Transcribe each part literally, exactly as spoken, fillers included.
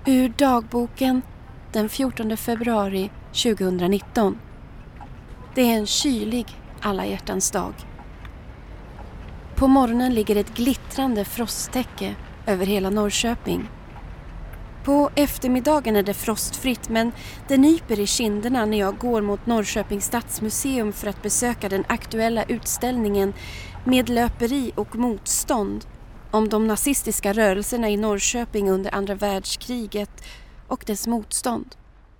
Ur dagboken den fjortonde februari tjugohundranitton. Det är en kylig alla hjärtans dag. På morgonen ligger ett glittrande frosttäcke över hela Norrköping. På eftermiddagen är det frostfritt, men det nyper i kinderna när jag går mot Norrköpings stadsmuseum för att besöka den aktuella utställningen Med löperi och motstånd om de nazistiska rörelserna i Norrköping under andra världskriget och dess motstånd.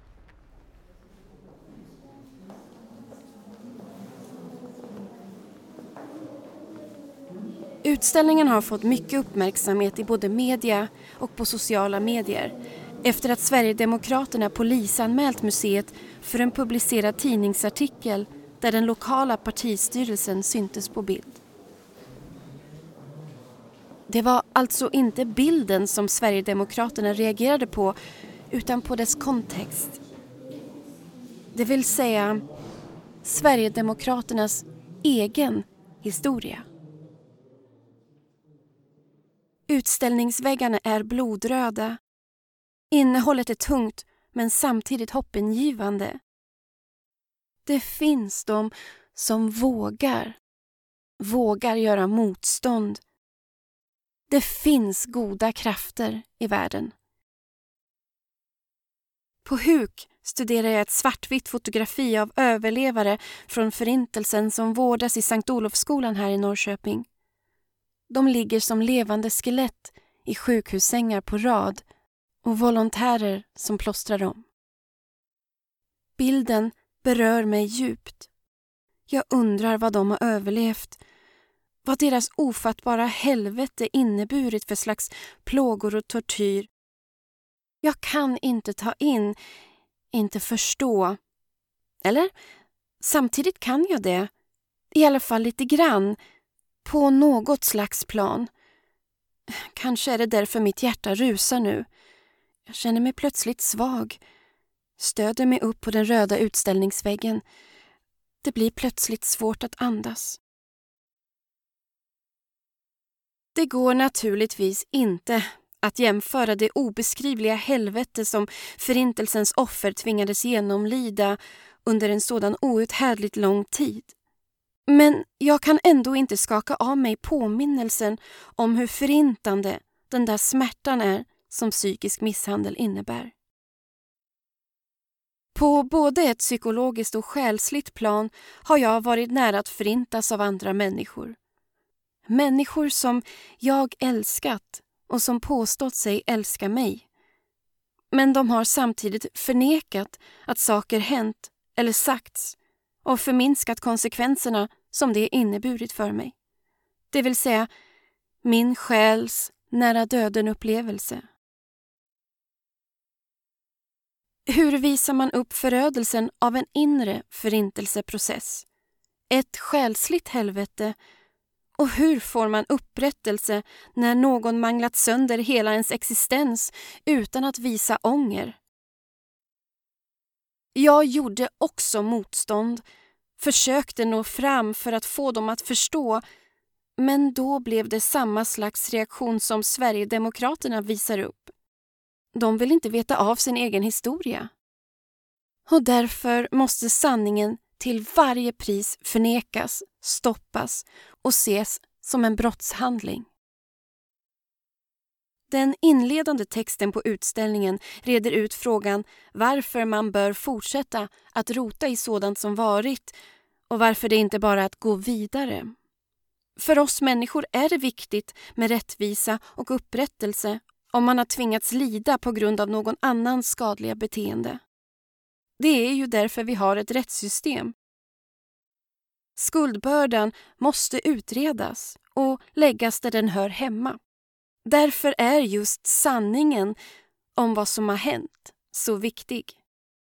Utställningen har fått mycket uppmärksamhet i både media och på sociala medier efter att Sverigedemokraterna polisanmält museet för en publicerad tidningsartikel där den lokala partistyrelsen syntes på bild. Det var alltså inte bilden som Sverigedemokraterna reagerade på utan på dess kontext. Det vill säga Sverigedemokraternas egen historia. Utställningsväggarna är blodröda. Innehållet är tungt men samtidigt hoppingivande. Det finns de som vågar. Vågar göra motstånd. Det finns goda krafter i världen. På huk studerar jag ett svartvitt fotografi av överlevare från förintelsen som vårdas i Sankt Olofsskolan här i Norrköping. De ligger som levande skelett i sjukhussängar på rad och volontärer som plåstrar dem. Bilden berör mig djupt. Jag undrar vad de har överlevt, vad deras ofattbara helvete inneburit för slags plågor och tortyr. Jag kan inte ta in, inte förstå. Eller, samtidigt kan jag det, i alla fall lite grann, på något slags plan. Kanske är det därför mitt hjärta rusar nu. Jag känner mig plötsligt svag. Stöder mig upp på den röda utställningsväggen. Det blir plötsligt svårt att andas. Det går naturligtvis inte att jämföra det obeskrivliga helvete som förintelsens offer tvingades genomlida under en sådan outhärdligt lång tid. Men jag kan ändå inte skaka av mig påminnelsen om hur förintande den där smärtan är som psykisk misshandel innebär. På både ett psykologiskt och själsligt plan har jag varit nära att förintas av andra människor. Människor som jag älskat och som påstått sig älska mig. Men de har samtidigt förnekat att saker hänt eller sagts och förminskat konsekvenserna som det inneburit för mig. Det vill säga min själs nära döden upplevelse. Hur visar man upp förödelsen av en inre förintelseprocess? Ett själsligt helvete. Och hur får man upprättelse när någon manglat sönder hela ens existens utan att visa ånger? Jag gjorde också motstånd, försökte nå fram för att få dem att förstå, men då blev det samma slags reaktion som Sverigedemokraterna visar upp. De vill inte veta av sin egen historia. Och därför måste sanningen till varje pris förnekas, stoppas och ses som en brottshandling. Den inledande texten på utställningen reder ut frågan varför man bör fortsätta att rota i sådant som varit och varför det inte bara är att gå vidare. För oss människor är det viktigt med rättvisa och upprättelse om man har tvingats lida på grund av någon annans skadliga beteende. Det är ju därför vi har ett rättssystem. Skuldbördan måste utredas och läggas där den hör hemma. Därför är just sanningen om vad som har hänt så viktig.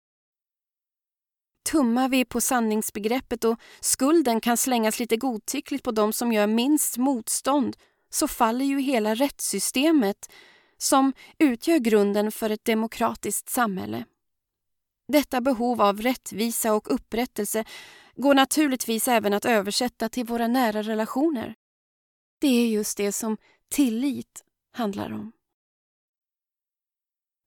Tummar vi på sanningsbegreppet och skulden kan slängas lite godtyckligt på de som gör minst motstånd, så faller ju hela rättssystemet som utgör grunden för ett demokratiskt samhälle. Detta behov av rättvisa och upprättelse går naturligtvis även att översätta till våra nära relationer. Det är just det som tillit handlar om.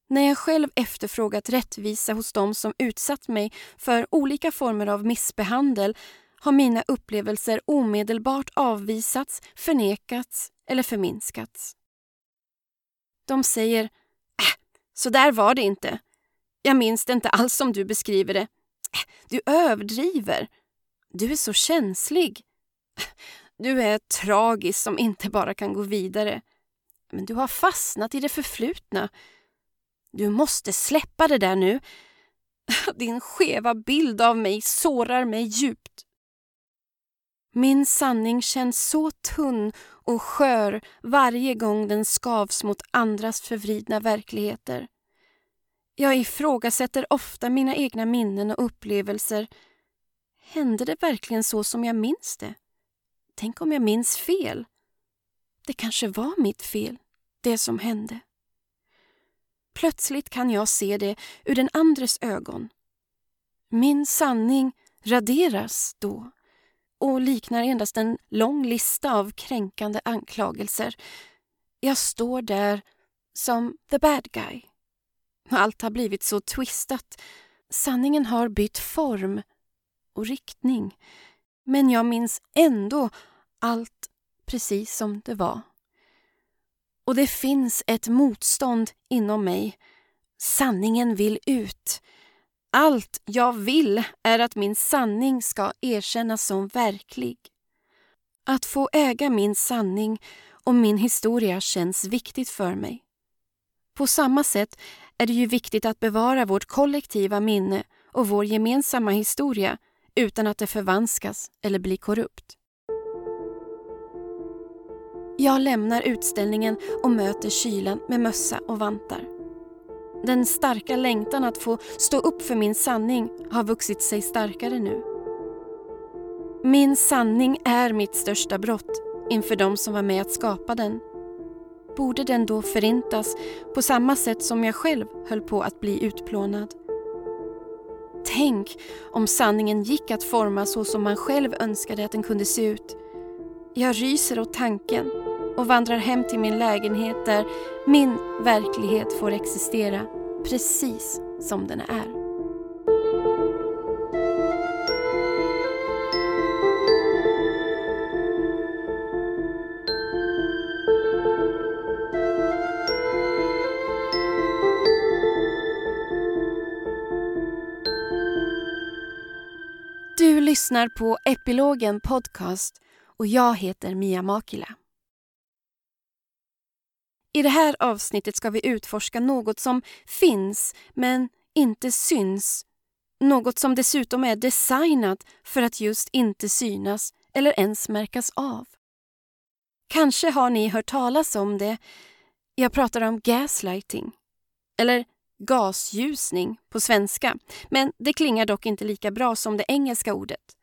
När jag själv efterfrågat rättvisa hos dem som utsatt mig för olika former av missbehandel har mina upplevelser omedelbart avvisats, förnekats eller förminskats. De säger, äh, så där var det inte. Jag minns det inte alls som du beskriver det. Äh, du överdriver. Du är så känslig. Du är tragisk som inte bara kan gå vidare. Men du har fastnat i det förflutna. Du måste släppa det där nu. Din skeva bild av mig sårar mig djupt. Min sanning känns så tunn och skör varje gång den skavs mot andras förvridna verkligheter. Jag ifrågasätter ofta mina egna minnen och upplevelser. Hände det verkligen så som jag minns det? Tänk om jag minns fel? Det kanske var mitt fel, det som hände. Plötsligt kan jag se det ur den andres ögon. Min sanning raderas då och liknar endast en lång lista av kränkande anklagelser. Jag står där som the bad guy. Allt har blivit så twistat. Sanningen har bytt form och riktning. Men jag minns ändå allt precis som det var. Och det finns ett motstånd inom mig. Sanningen vill ut. Allt jag vill är att min sanning ska erkännas som verklig. Att få äga min sanning och min historia känns viktigt för mig. På samma sätt är det ju viktigt att bevara vårt kollektiva minne och vår gemensamma historia utan att det förvanskas eller blir korrupt. Jag lämnar utställningen och möter kylan med mössa och vantar. Den starka längtan att få stå upp för min sanning har vuxit sig starkare nu. Min sanning är mitt största brott inför de som var med att skapa den. Borde den då förintas på samma sätt som jag själv höll på att bli utplånad? Tänk om sanningen gick att forma så som man själv önskade att den kunde se ut. Jag ryser åt tanken och vandrar hem till min lägenhet där min verklighet får existera precis som den är. Du lyssnar på Epilogen podcast och jag heter Mia Makila. I det här avsnittet ska vi utforska något som finns men inte syns. Något som dessutom är designat för att just inte synas eller ens märkas av. Kanske har ni hört talas om det. Jag pratar om gaslighting. Eller gasljusning på svenska. Men det klingar dock inte lika bra som det engelska ordet.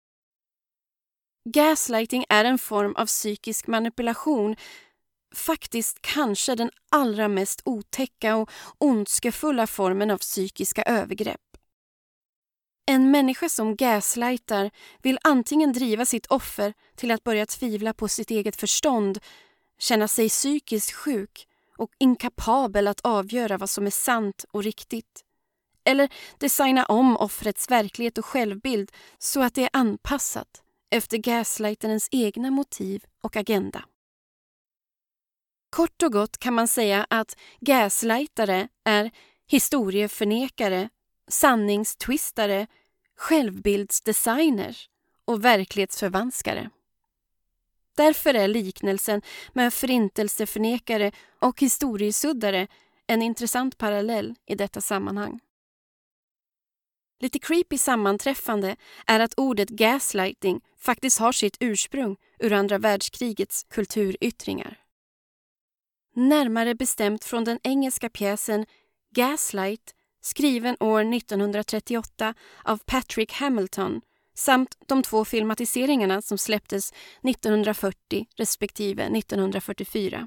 Gaslighting är en form av psykisk manipulation. Faktiskt kanske den allra mest otäcka och ondskefulla formen av psykiska övergrepp. En människa som gaslightar vill antingen driva sitt offer till att börja tvivla på sitt eget förstånd, känna sig psykiskt sjuk och inkapabel att avgöra vad som är sant och riktigt. Eller designa om offrets verklighet och självbild så att det är anpassat efter gaslightarens egna motiv och agenda. Kort och gott kan man säga att gaslightare är historieförnekare, sanningstwistare, självbildsdesigners och verklighetsförvanskare. Därför är liknelsen med förintelseförnekare och historiesuddare en intressant parallell i detta sammanhang. Lite creepy sammanträffande är att ordet gaslighting faktiskt har sitt ursprung ur andra världskrigets kulturyttringar. Närmare bestämt från den engelska pjäsen Gaslight, skriven år nittonhundratrettioåtta av Patrick Hamilton, samt de två filmatiseringarna som släpptes nittonhundrafyrtio respektive nittonhundrafyrtiofyra.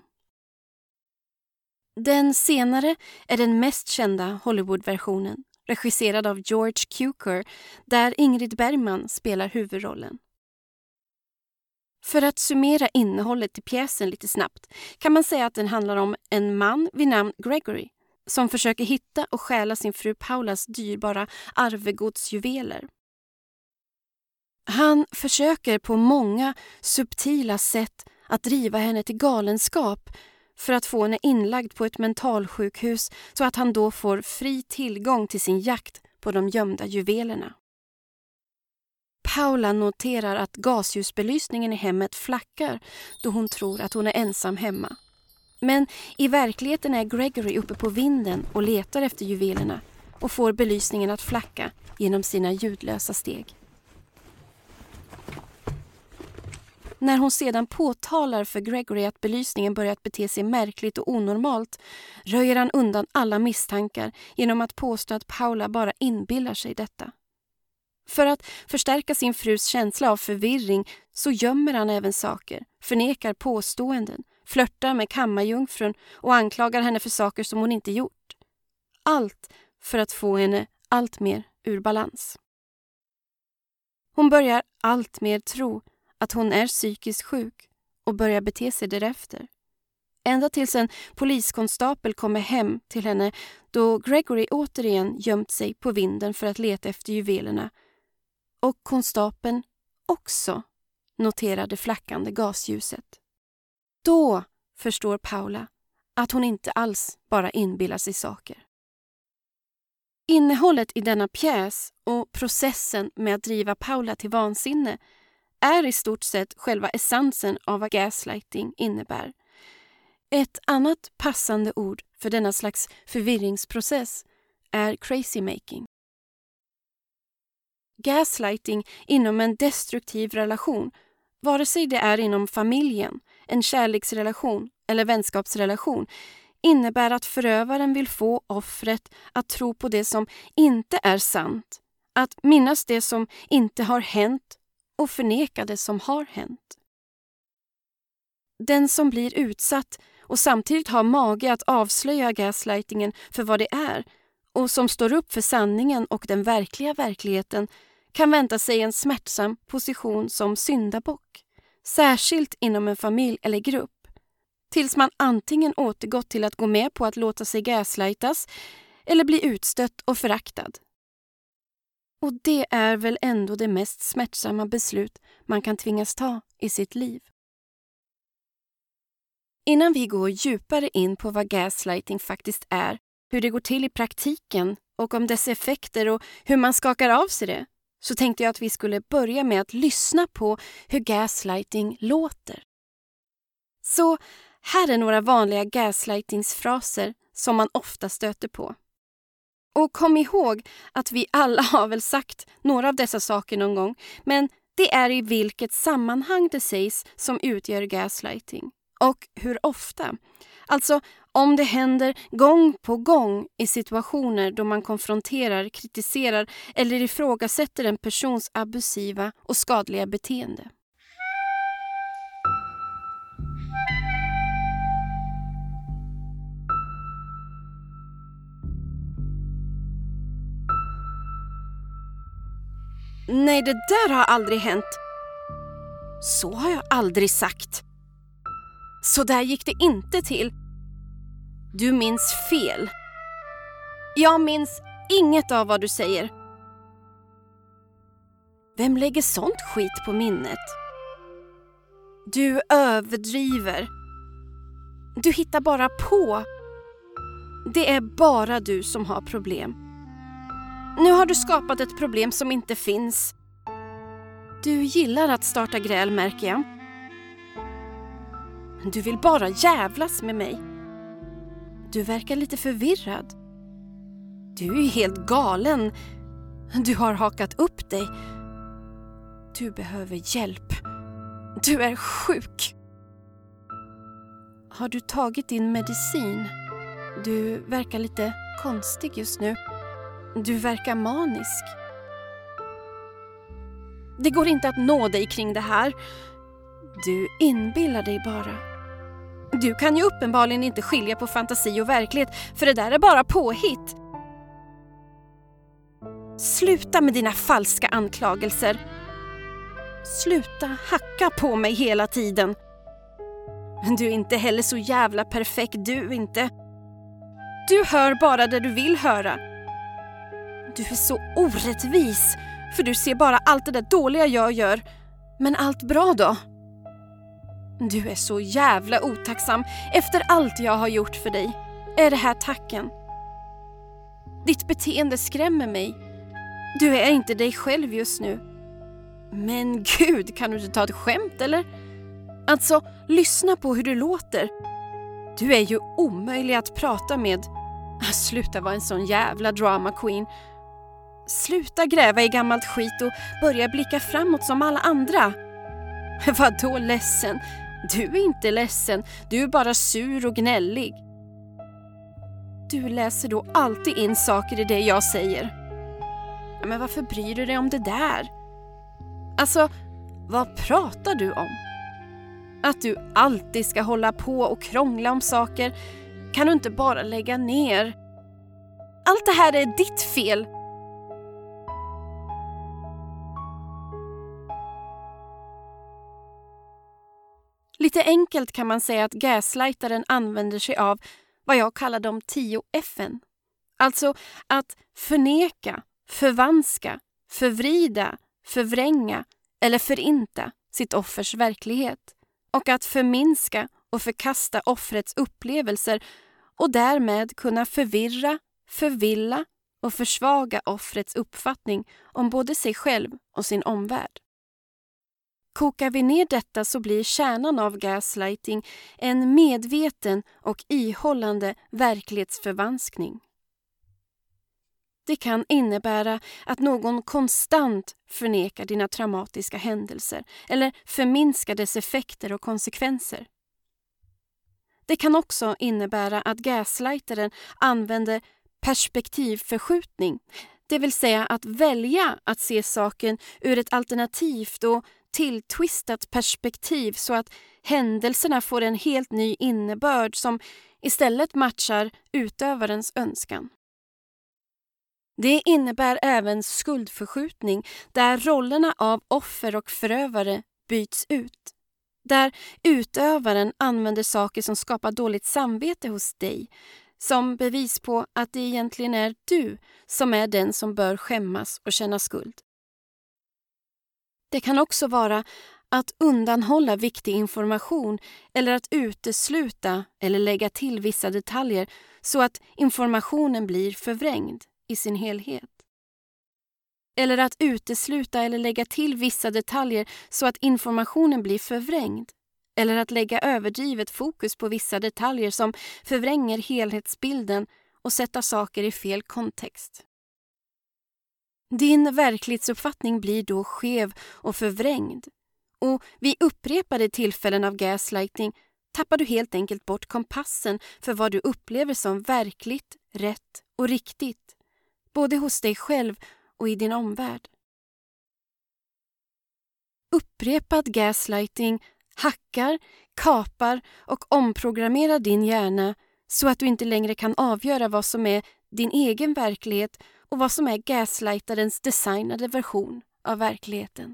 Den senare är den mest kända Hollywoodversionen, regisserad av George Cukor, där Ingrid Bergman spelar huvudrollen. För att summera innehållet i pjäsen lite snabbt kan man säga att den handlar om en man vid namn Gregory som försöker hitta och stjäla sin fru Paulas dyrbara arvegodsjuveler. Han försöker på många subtila sätt att driva henne till galenskap för att få henne inlagd på ett mentalsjukhus så att han då får fri tillgång till sin jakt på de gömda juvelerna. Paula noterar att gasljusbelysningen i hemmet flackar då hon tror att hon är ensam hemma. Men i verkligheten är Gregory uppe på vinden och letar efter juvelerna och får belysningen att flacka genom sina ljudlösa steg. När hon sedan påtalar för Gregory att belysningen börjat bete sig märkligt och onormalt röjer han undan alla misstankar genom att påstå att Paula bara inbillar sig detta. För att förstärka sin frus känsla av förvirring så gömmer han även saker, förnekar påståenden, flörtar med kammarjungfrun och anklagar henne för saker som hon inte gjort. Allt för att få henne allt mer ur balans. Hon börjar allt mer tro att hon är psykiskt sjuk och börjar bete sig därefter. Ända tills en poliskonstapel kommer hem till henne då Gregory återigen gömt sig på vinden för att leta efter juvelerna och konstapeln också noterar det flackande gasljuset. Då förstår Paula att hon inte alls bara inbillar sig saker. Innehållet i denna pjäs och processen med att driva Paula till vansinne är i stort sett själva essensen av vad gaslighting innebär. Ett annat passande ord för denna slags förvirringsprocess är crazy making. Gaslighting inom en destruktiv relation, vare sig det är inom familjen, en kärleksrelation eller vänskapsrelation, innebär att förövaren vill få offret att tro på det som inte är sant, att minnas det som inte har hänt och förneka det som har hänt. Den som blir utsatt och samtidigt har mage att avslöja gaslightingen för vad det är och som står upp för sanningen och den verkliga verkligheten kan vänta sig en smärtsam position som syndabock, särskilt inom en familj eller grupp, tills man antingen återgått till att gå med på att låta sig gaslightas eller bli utstött och föraktad. Och det är väl ändå det mest smärtsamma beslut man kan tvingas ta i sitt liv. Innan vi går djupare in på vad gaslighting faktiskt är, hur det går till i praktiken och om dess effekter och hur man skakar av sig det, så tänkte jag att vi skulle börja med att lyssna på hur gaslighting låter. Så här är några vanliga gaslightingsfraser som man ofta stöter på. Och kom ihåg att vi alla har väl sagt några av dessa saker någon gång, men det är i vilket sammanhang det sägs som utgör gaslighting. Och hur ofta. Alltså om det händer gång på gång i situationer då man konfronterar, kritiserar eller ifrågasätter en persons abusiva och skadliga beteende. Nej, det där har aldrig hänt. Så har jag aldrig sagt. Så där gick det inte till. Du minns fel. Jag minns inget av vad du säger. Vem lägger sånt skit på minnet? Du överdriver. Du hittar bara på. Det är bara du som har problem. Nu har du skapat ett problem som inte finns. Du gillar att starta gräl, märker jag. Du vill bara jävlas med mig. Du verkar lite förvirrad. Du är helt galen. Du har hakat upp dig. Du behöver hjälp. Du är sjuk. Har du tagit din medicin? Du verkar lite konstig just nu. Du verkar manisk. Det går inte att nå dig kring det här. Du inbillar dig bara. Du kan ju uppenbarligen inte skilja på fantasi och verklighet, för det där är bara påhitt. Sluta med dina falska anklagelser. Sluta hacka på mig hela tiden. Du är inte heller så jävla perfekt, du inte. Du hör bara det du vill höra. Du är så orättvis, för du ser bara allt det där dåliga jag gör. Men allt bra då? Du är så jävla otacksam efter allt jag har gjort för dig. Är det här tacken? Ditt beteende skrämmer mig. Du är inte dig själv just nu. Men gud, kan du inte ta ett skämt eller? Alltså, lyssna på hur du låter. Du är ju omöjlig att prata med. Sluta vara en sån jävla drama queen. Sluta gräva i gammalt skit och börja blicka framåt som alla andra. Vadå ledsen? Du är inte ledsen, du är bara sur och gnällig. Du läser då alltid in saker i det jag säger. Men varför bryr du dig om det där? Alltså, vad pratar du om? Att du alltid ska hålla på och krångla om saker. Kan du inte bara lägga ner? Allt det här är ditt fel. Lite enkelt kan man säga att gaslightaren använder sig av vad jag kallar de tio F:en. Alltså att förneka, förvanska, förvrida, förvränga eller förinta sitt offers verklighet. Och att förminska och förkasta offrets upplevelser och därmed kunna förvirra, förvilla och försvaga offrets uppfattning om både sig själv och sin omvärld. Kokar vi ner detta så blir kärnan av gaslighting en medveten och ihållande verklighetsförvanskning. Det kan innebära att någon konstant förnekar dina traumatiska händelser eller förminskar dess effekter och konsekvenser. Det kan också innebära att gaslightaren använder perspektivförskjutning, det vill säga att välja att se saken ur ett alternativt och tilltwistat perspektiv så att händelserna får en helt ny innebörd som istället matchar utövarens önskan. Det innebär även skuldförskjutning där rollerna av offer och förövare byts ut. Där utövaren använder saker som skapar dåligt samvete hos dig som bevis på att det egentligen är du som är den som bör skämmas och känna skuld. Det kan också vara att undanhålla viktig information eller att utesluta eller lägga till vissa detaljer så att informationen blir förvrängd i sin helhet. Eller att utesluta eller lägga till vissa detaljer så att informationen blir förvrängd. Eller att lägga överdrivet fokus på vissa detaljer som förvränger helhetsbilden och sätta saker i fel kontext. Din verklighetsuppfattning blir då skev och förvrängd. Och vid upprepade tillfällen av gaslighting tappar du helt enkelt bort kompassen för vad du upplever som verkligt, rätt och riktigt. Både hos dig själv och i din omvärld. Upprepad gaslighting hackar, kapar och omprogrammerar din hjärna så att du inte längre kan avgöra vad som är din egen verklighet och vad som är gaslightarens designade version av verkligheten.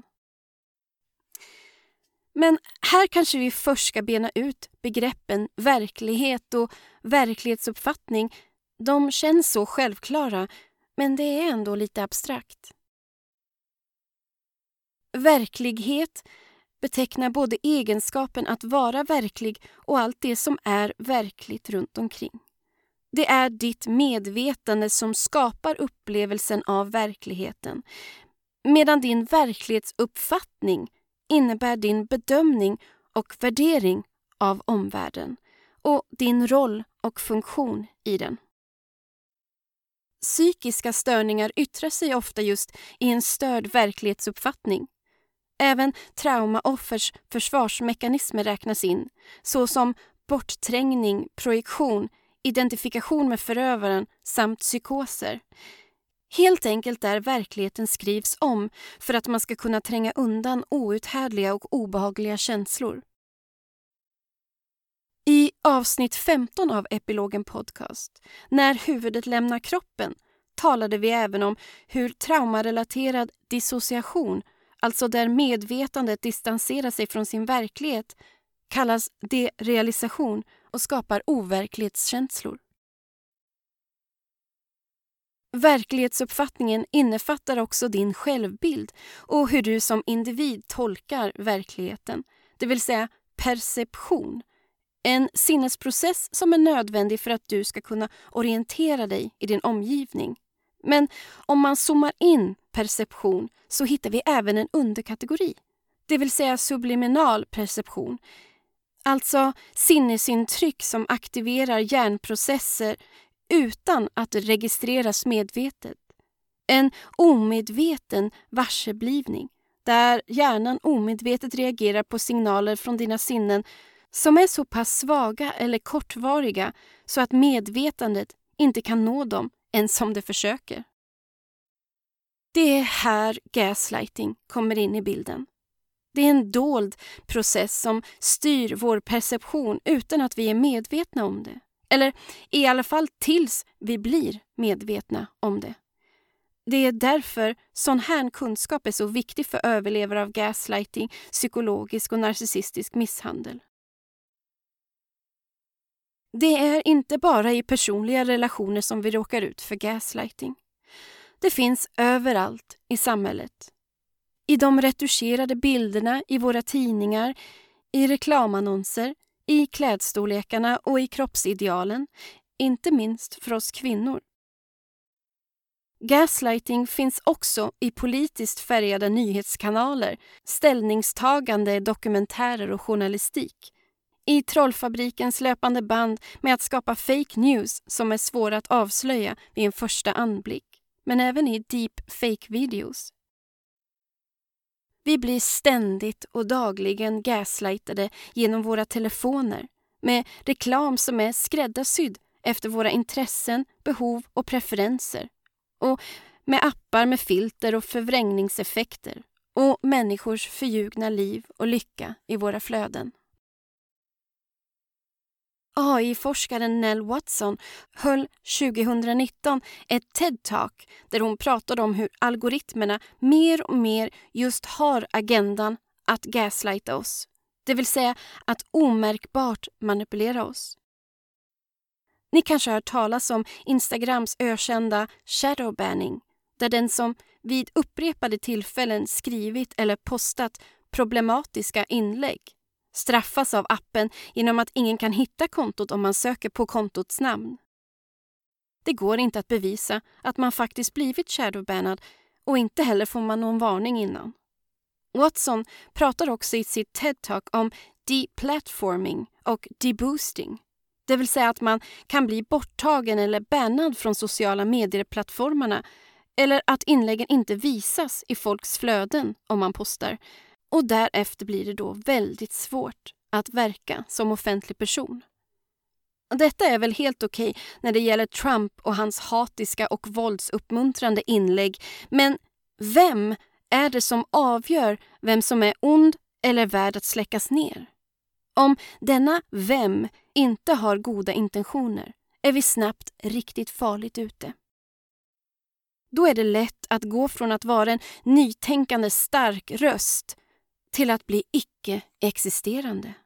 Men här kanske vi först ska bena ut begreppen verklighet och verklighetsuppfattning. De känns så självklara, men det är ändå lite abstrakt. Verklighet betecknar både egenskapen att vara verklig och allt det som är verkligt runt omkring. Det är ditt medvetande som skapar upplevelsen av verkligheten, medan din verklighetsuppfattning innebär din bedömning och värdering av omvärlden och din roll och funktion i den. Psykiska störningar yttrar sig ofta just i en störd verklighetsuppfattning. Även traumaoffers försvarsmekanismer räknas in, såsom bortträngning, projektion, identifikation med förövaren samt psykoser. Helt enkelt där verkligheten skrivs om för att man ska kunna tränga undan outhärdliga och obehagliga känslor. I avsnitt femton av Epilogen podcast, När huvudet lämnar kroppen, talade vi även om hur traumarelaterad dissociation, alltså där medvetandet distanserar sig från sin verklighet, kallas derealisation och skapar overklighetskänslor. Verklighetsuppfattningen innefattar också din självbild och hur du som individ tolkar verkligheten, det vill säga perception. En sinnesprocess som är nödvändig för att du ska kunna orientera dig i din omgivning. Men om man zoomar in perception så hittar vi även en underkategori, det vill säga subliminal perception. Alltså sinnesintryck som aktiverar hjärnprocesser utan att det registreras medvetet. En omedveten varseblivning där hjärnan omedvetet reagerar på signaler från dina sinnen som är så pass svaga eller kortvariga så att medvetandet inte kan nå dem ens om det försöker. Det är här gaslighting kommer in i bilden. Det är en dold process som styr vår perception utan att vi är medvetna om det. Eller i alla fall tills vi blir medvetna om det. Det är därför sån här kunskap är så viktig för överlevare av gaslighting, psykologisk och narcissistisk misshandel. Det är inte bara i personliga relationer som vi råkar ut för gaslighting. Det finns överallt i samhället. I de retuscherade bilderna i våra tidningar, i reklamannonser, i klädstorlekarna och i kroppsidealen, inte minst för oss kvinnor. Gaslighting finns också i politiskt färgade nyhetskanaler, ställningstagande dokumentärer och journalistik. I trollfabrikens löpande band med att skapa fake news som är svåra att avslöja vid en första anblick, men även i deep fake videos. Vi blir ständigt och dagligen gaslightade genom våra telefoner med reklam som är skräddarsydd efter våra intressen, behov och preferenser. Och med appar med filter och förvrängningseffekter och människors förljugna liv och lycka i våra flöden. A I-forskaren Nell Watson höll tjugonitton ett TED-talk där hon pratade om hur algoritmerna mer och mer just har agendan att gaslighta oss, det vill säga att omärkbart manipulera oss. Ni kanske har hört talas om Instagrams ökända shadowbanning, där den som vid upprepade tillfällen skrivit eller postat problematiska inlägg straffas av appen genom att ingen kan hitta kontot om man söker på kontots namn. Det går inte att bevisa att man faktiskt blivit shadowbannad och inte heller får man någon varning innan. Watson pratar också i sitt TED-talk om deplatforming och deboosting. Det vill säga att man kan bli borttagen eller bannad från sociala medieplattformarna eller att inläggen inte visas i folks flöden om man postar. Och därefter blir det då väldigt svårt att verka som offentlig person. Detta är väl helt okej när det gäller Trump och hans hatiska och våldsuppmuntrande inlägg. Men vem är det som avgör vem som är ond eller värd att släckas ner? Om denna vem inte har goda intentioner är vi snabbt riktigt farligt ute. Då är det lätt att gå från att vara en nytänkande stark röst till att bli icke-existerande.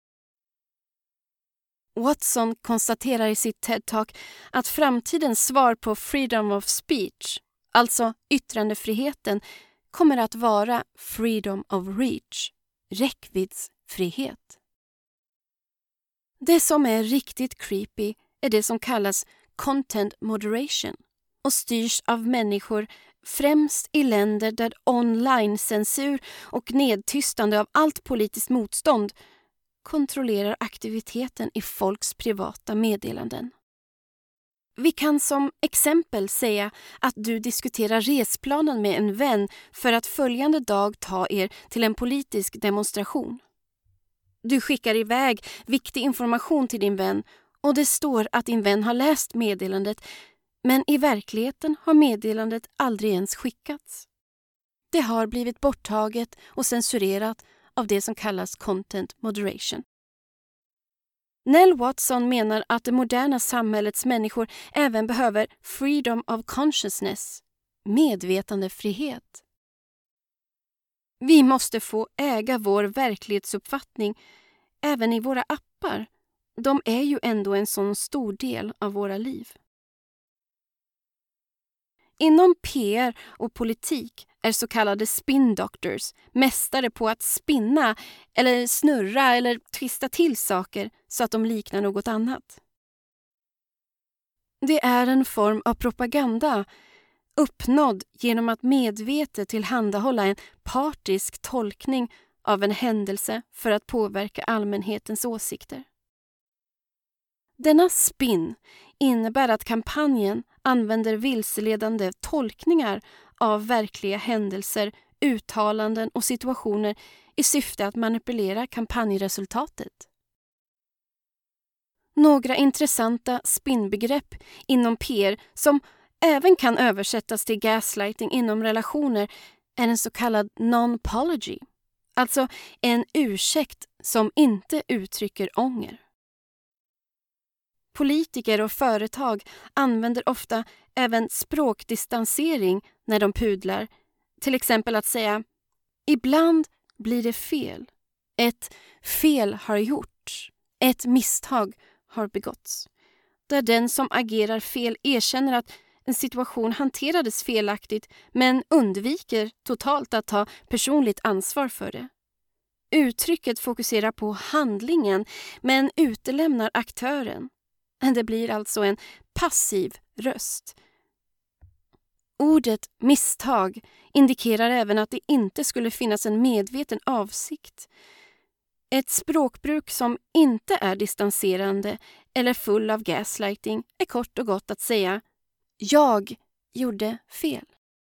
Watson konstaterar i sitt TED-talk att framtidens svar på freedom of speech, alltså yttrandefriheten, kommer att vara freedom of reach, räckviddsfrihet. Det som är riktigt creepy är det som kallas content moderation och styrs av människor främst i länder där online-censur och nedtystande av allt politiskt motstånd kontrollerar aktiviteten i folks privata meddelanden. Vi kan som exempel säga att du diskuterar resplanen med en vän för att följande dag ta er till en politisk demonstration. Du skickar iväg viktig information till din vän och det står att din vän har läst meddelandet, men i verkligheten har meddelandet aldrig ens skickats. Det har blivit borttaget och censurerat av det som kallas content moderation. Nell Watson menar att det moderna samhällets människor även behöver freedom of consciousness, medvetandefrihet. Vi måste få äga vår verklighetsuppfattning även i våra appar. De är ju ändå en sån stor del av våra liv. Inom P R och politik är så kallade spin doctors mästare på att spinna eller snurra eller twista till saker så att de liknar något annat. Det är en form av propaganda uppnådd genom att medvetet tillhandahålla en partisk tolkning av en händelse för att påverka allmänhetens åsikter. Denna spin innebär att kampanjen använder vilseledande tolkningar av verkliga händelser, uttalanden och situationer i syfte att manipulera kampanjresultatet. Några intressanta spinbegrepp inom P R som även kan översättas till gaslighting inom relationer är en så kallad non-apology, alltså en ursäkt som inte uttrycker ånger. Politiker och företag använder ofta även språkdistansering när de pudlar, till exempel att säga ibland blir det fel, ett fel har gjorts, ett misstag har begåtts. Där den som agerar fel erkänner att en situation hanterades felaktigt men undviker totalt att ta personligt ansvar för det. Uttrycket fokuserar på handlingen men utelämnar aktören. Det blir alltså en passiv röst. Ordet misstag indikerar även att det inte skulle finnas en medveten avsikt. Ett språkbruk som inte är distanserande eller full av gaslighting är kort och gott att säga jag gjorde fel.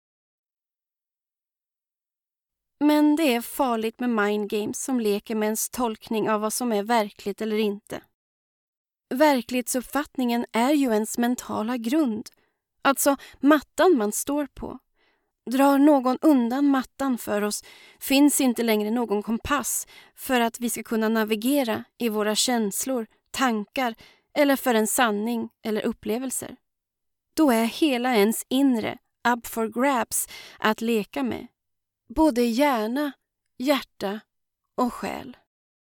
Men det är farligt med mind games som leker med ens tolkning av vad som är verkligt eller inte. Verklighetsuppfattningen är ju ens mentala grund, alltså mattan man står på. Drar någon undan mattan för oss finns inte längre någon kompass för att vi ska kunna navigera i våra känslor, tankar eller för en sanning eller upplevelser. Då är hela ens inre up for grabs att leka med. Både hjärna, hjärta och själ.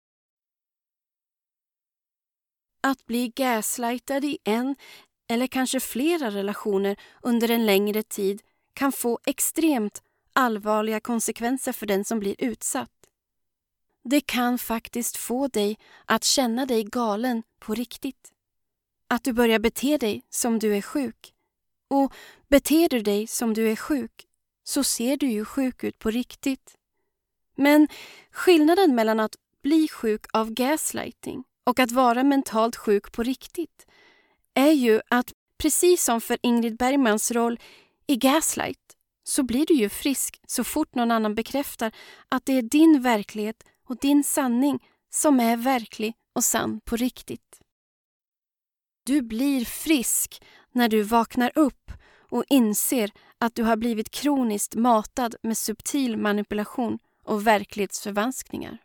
Att bli gaslightad i en eller kanske flera relationer under en längre tid kan få extremt allvarliga konsekvenser för den som blir utsatt. Det kan faktiskt få dig att känna dig galen på riktigt. Att du börjar bete dig som du är sjuk. Och beter du dig som du är sjuk så ser du ju sjuk ut på riktigt. Men skillnaden mellan att bli sjuk av gaslighting och att vara mentalt sjuk på riktigt är ju att precis som för Ingrid Bergmans roll i Gaslight så blir du ju frisk så fort någon annan bekräftar att det är din verklighet och din sanning som är verklig och sann på riktigt. Du blir frisk när du vaknar upp och inser att du har blivit kroniskt matad med subtil manipulation och verklighetsförvanskningar.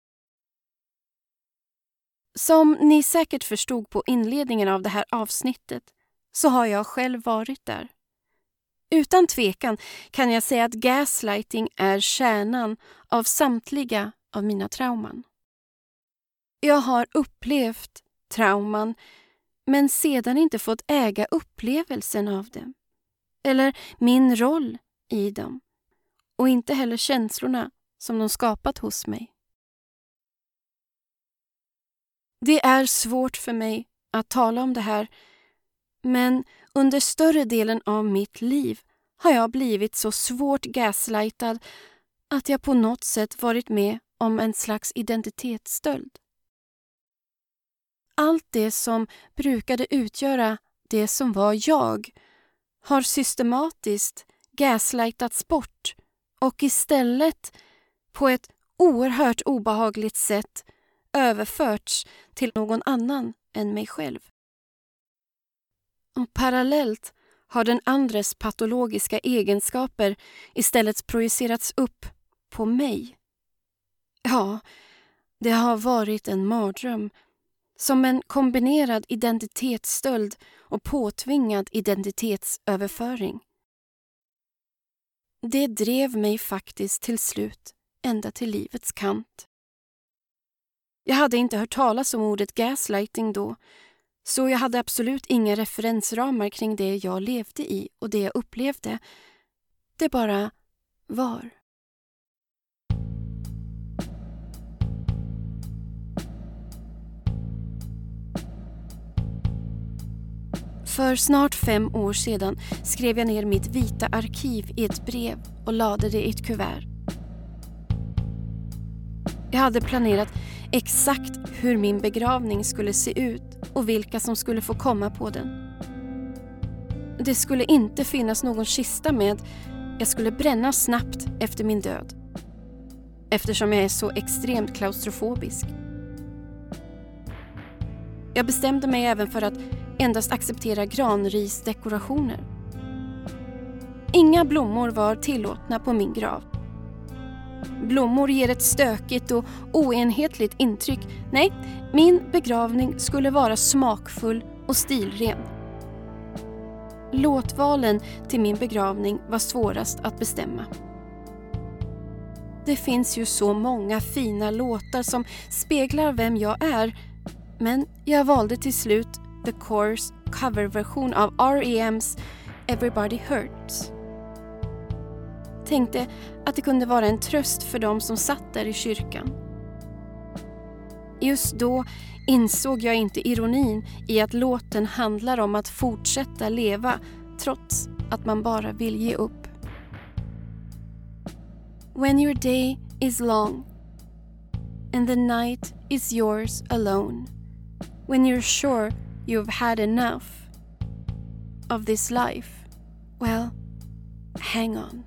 Som ni säkert förstod på inledningen av det här avsnittet så har jag själv varit där. Utan tvekan kan jag säga att gaslighting är kärnan av samtliga av mina trauman. Jag har upplevt trauman men sedan inte fått äga upplevelsen av dem. Eller min roll i dem. Och inte heller känslorna som de skapat hos mig. Det är svårt för mig att tala om det här, men under större delen av mitt liv har jag blivit så svårt gaslightad att jag på något sätt varit med om en slags identitetsstöld. Allt det som brukade utgöra det som var jag har systematiskt gaslightats bort och istället på ett oerhört obehagligt sätt överförts till någon annan än mig själv. Och parallellt har den andres patologiska egenskaper istället projicerats upp på mig. Ja, det har varit en mardröm, som en kombinerad identitetsstöld och påtvingad identitetsöverföring. Det drev mig faktiskt till slut ända till livets kant. Jag hade inte hört talas om ordet gaslighting då, Så jag hade absolut inga referensramar kring det jag levde i och det jag upplevde. Det bara var. För snart fem år sedan skrev jag ner mitt vita arkiv i ett brev och lade det i ett kuvert. Jag hade planerat exakt hur min begravning skulle se ut och vilka som skulle få komma på den. Det skulle inte finnas någon kista med. Jag skulle bränna snabbt efter min död. Eftersom jag är så extremt klaustrofobisk. Jag bestämde mig även för att endast acceptera granrisdekorationer. Inga blommor var tillåtna på min grav. Blommor ger ett stökigt och oenhetligt intryck. Nej, min begravning skulle vara smakfull och stilren. Låtvalen till min begravning var svårast att bestämma. Det finns ju så många fina låtar som speglar vem jag är, men jag valde till slut The Course coverversion av R E M's Everybody Hurts. Tänkte att det kunde vara en tröst för dem som satt där i kyrkan. Just då insåg jag inte ironin i att låten handlar om att fortsätta leva trots att man bara vill ge upp. When your day is long and the night is yours alone, when you're sure you've had enough of this life, well, hang on.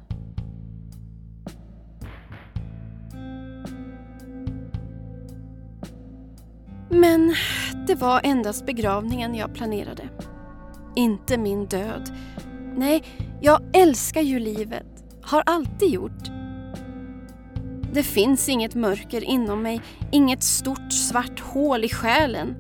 Men det var endast begravningen jag planerade. Inte min död. Nej, jag älskar ju livet. Har alltid gjort. Det finns inget mörker inom mig. Inget stort svart hål i själen.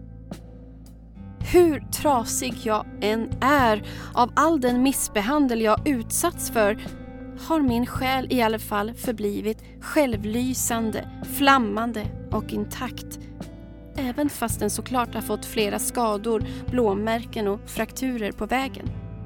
Hur trasig jag än är av all den missbehandel jag utsatts för, har min själ i alla fall förblivit självlysande, flammande och intakt. Även fast den såklart har fått flera skador, blåmärken och frakturer på vägen.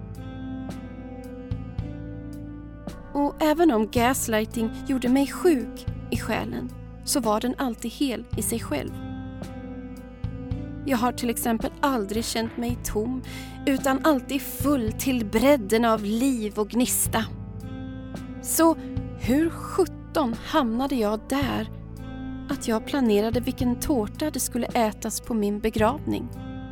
Och även om gaslighting gjorde mig sjuk i själen, så var den alltid hel i sig själv. Jag har till exempel aldrig känt mig tom, utan alltid full till bredden av liv och gnista. Så hur sjutton hamnade jag där att jag planerade vilken tårta det skulle ätas på min begravning?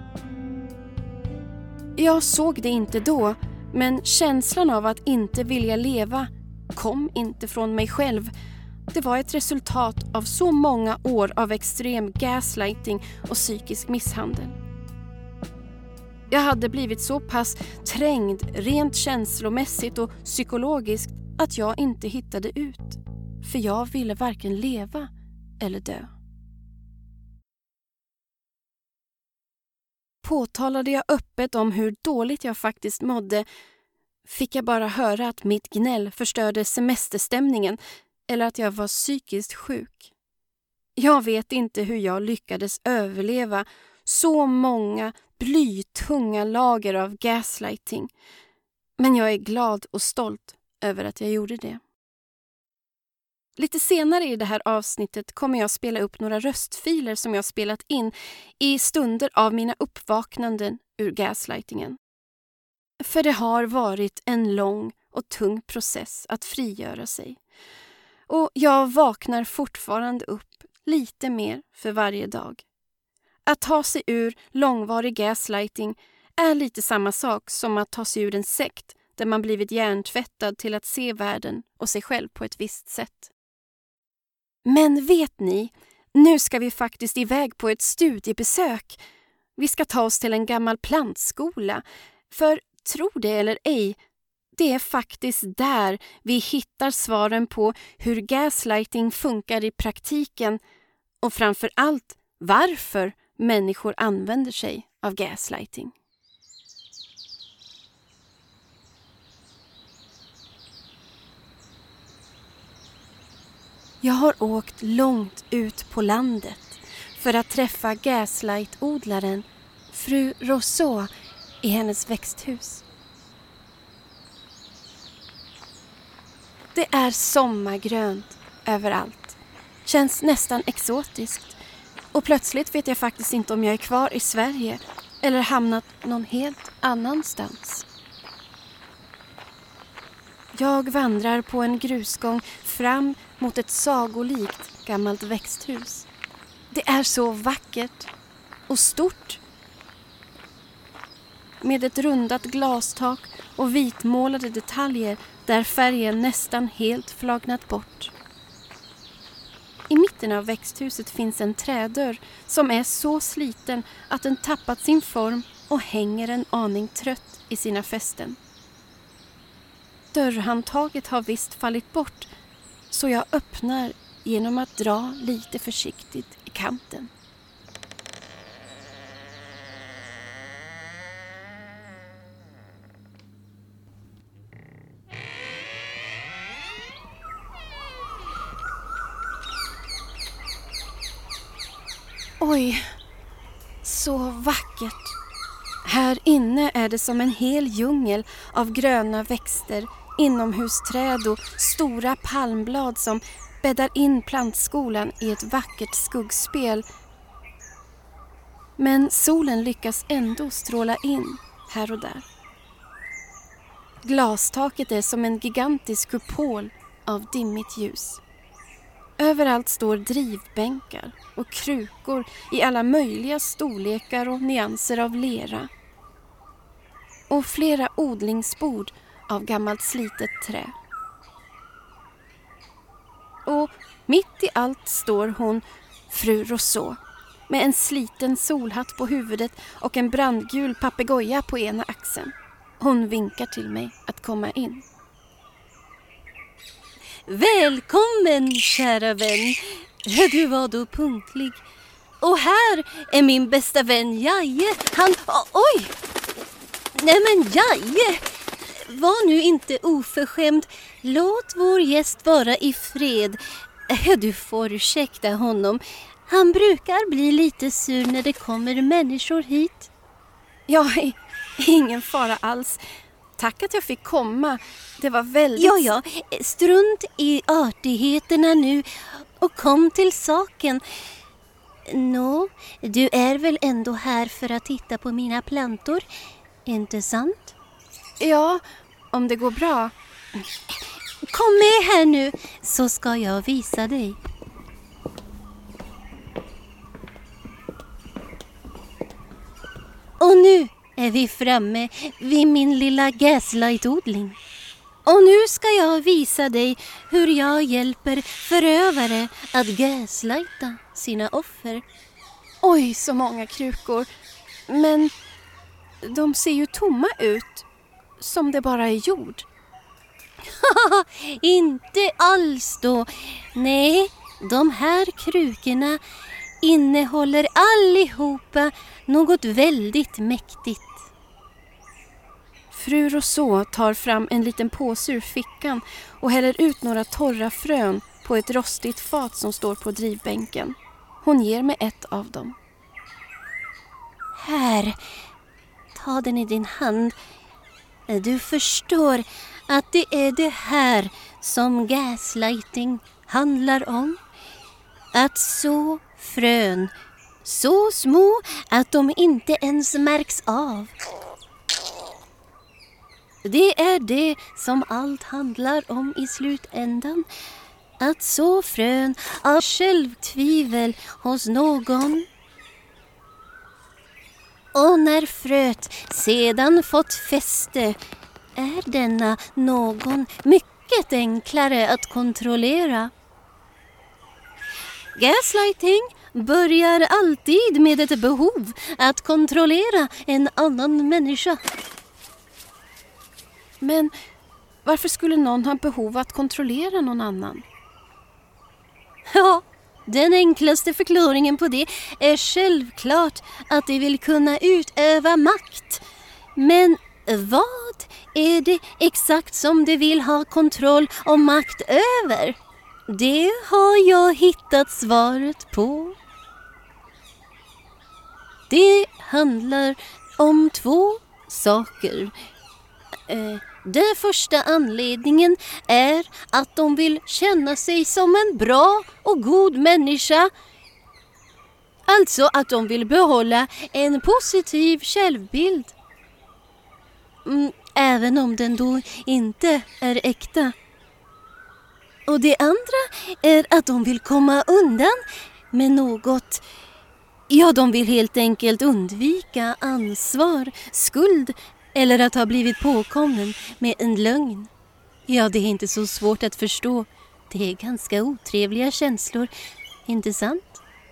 Jag såg det inte då, men känslan av att inte vilja leva kom inte från mig själv. Det var ett resultat av så många år av extrem gaslighting och psykisk misshandel. Jag hade blivit så pass trängd rent känslomässigt och psykologiskt att jag inte hittade ut. För jag ville varken leva eller dö. Påtalade jag öppet om hur dåligt jag faktiskt mådde, fick jag bara höra att mitt gnäll förstörde semesterstämningen eller att jag var psykiskt sjuk. Jag vet inte hur jag lyckades överleva så många blytunga lager av gaslighting, men jag är glad och stolt över att jag gjorde det. Lite senare i det här avsnittet kommer jag spela upp några röstfiler som jag spelat in i stunder av mina uppvaknanden ur gaslightingen. För det har varit en lång och tung process att frigöra sig. Och jag vaknar fortfarande upp lite mer för varje dag. Att ta sig ur långvarig gaslighting är lite samma sak som att ta sig ur en sekt där man blivit hjärntvättad till att se världen och sig själv på ett visst sätt. Men vet ni, nu ska vi faktiskt iväg på ett studiebesök. Vi ska ta oss till en gammal plantskola. För tro det eller ej, det är faktiskt där vi hittar svaren på hur gaslighting funkar i praktiken och framför allt varför människor använder sig av gaslighting. Jag har åkt långt ut på landet för att träffa gaslightodlaren Fru Rousseau i hennes växthus. Det är sommargrönt överallt. Känns nästan exotiskt. Och plötsligt vet jag faktiskt inte om jag är kvar i Sverige eller hamnat någon helt annanstans. Jag vandrar på en grusgång fram mot ett sagolikt gammalt växthus. Det är så vackert och stort. Med ett rundat glastak och vitmålade detaljer där färgen nästan helt flagnat bort. I mitten av växthuset finns en trädörr som är så sliten att den tappat sin form och hänger en aning trött i sina fästen. Dörrhandtaget har visst fallit bort, så jag öppnar genom att dra lite försiktigt i kanten. Oj, så vackert. Här inne är det som en hel djungel av gröna växter, inomhusträd och stora palmblad som bäddar in plantskolan i ett vackert skuggspel. Men solen lyckas ändå stråla in här och där. Glastaket är som en gigantisk kupol av dimmigt ljus. Överallt står drivbänkar och krukor i alla möjliga storlekar och nyanser av lera. Och flera odlingsbord av gammalt slitet trä. Och mitt i allt står hon, fru Rousseau, med en sliten solhatt på huvudet och en brandgul papegoja på ena axeln. Hon vinkar till mig att komma in. Välkommen, kära vän. Du var då punktlig. Och här är min bästa vän Jaje. Han... Oh, oj! Nej men Jaje, var nu inte oförskämd. Låt vår gäst vara i fred. Du får ursäkta honom. Han brukar bli lite sur när det kommer människor hit. Ja, ingen fara alls. Tack att jag fick komma. Det var väldigt... Ja, ja. Strunt i artigheterna nu och kom till saken. Nå, du är väl ändå här för att titta på mina plantor? Inte sant? Ja, om det går bra. Kom med här nu så ska jag visa dig. Och nu är vi framme vid min lilla gaslightodling. Och nu ska jag visa dig hur jag hjälper förövare att gaslighta sina offer. Oj, så många krukor. Men de ser ju tomma ut, som det bara är jord. Inte alls då. Nej, de här krukorna innehåller allihopa något väldigt mäktigt. Fru Rousseau tar fram en liten påse ur fickan och häller ut några torra frön på ett rostigt fat som står på drivbänken. Hon ger mig ett av dem. Här, ta den i din hand. Du förstår att det är det här som gaslighting handlar om. Att så frön, så små att de inte ens märks av. Det är det som allt handlar om i slutändan. Att så frön av självtvivel hos någon. Och när fröet sedan fått fäste är denna någon mycket enklare att kontrollera. Gaslighting börjar alltid med ett behov att kontrollera en annan människa. Men varför skulle någon ha behov att kontrollera någon annan? Ja, den enklaste förklaringen på det är självklart att de vill kunna utöva makt. Men vad är det exakt som de vill ha kontroll och makt över? Det har jag hittat svaret på. Det handlar om två saker. Eh, den första anledningen är att de vill känna sig som en bra och god människa. Alltså att de vill behålla en positiv självbild. Mm, även om den då inte är äkta. Och det andra är att de vill komma undan med något. Ja, de vill helt enkelt undvika ansvar, skuld eller att ha blivit påkommen med en lögn. Ja, det är inte så svårt att förstå. Det är ganska otrevliga känslor, inte sant?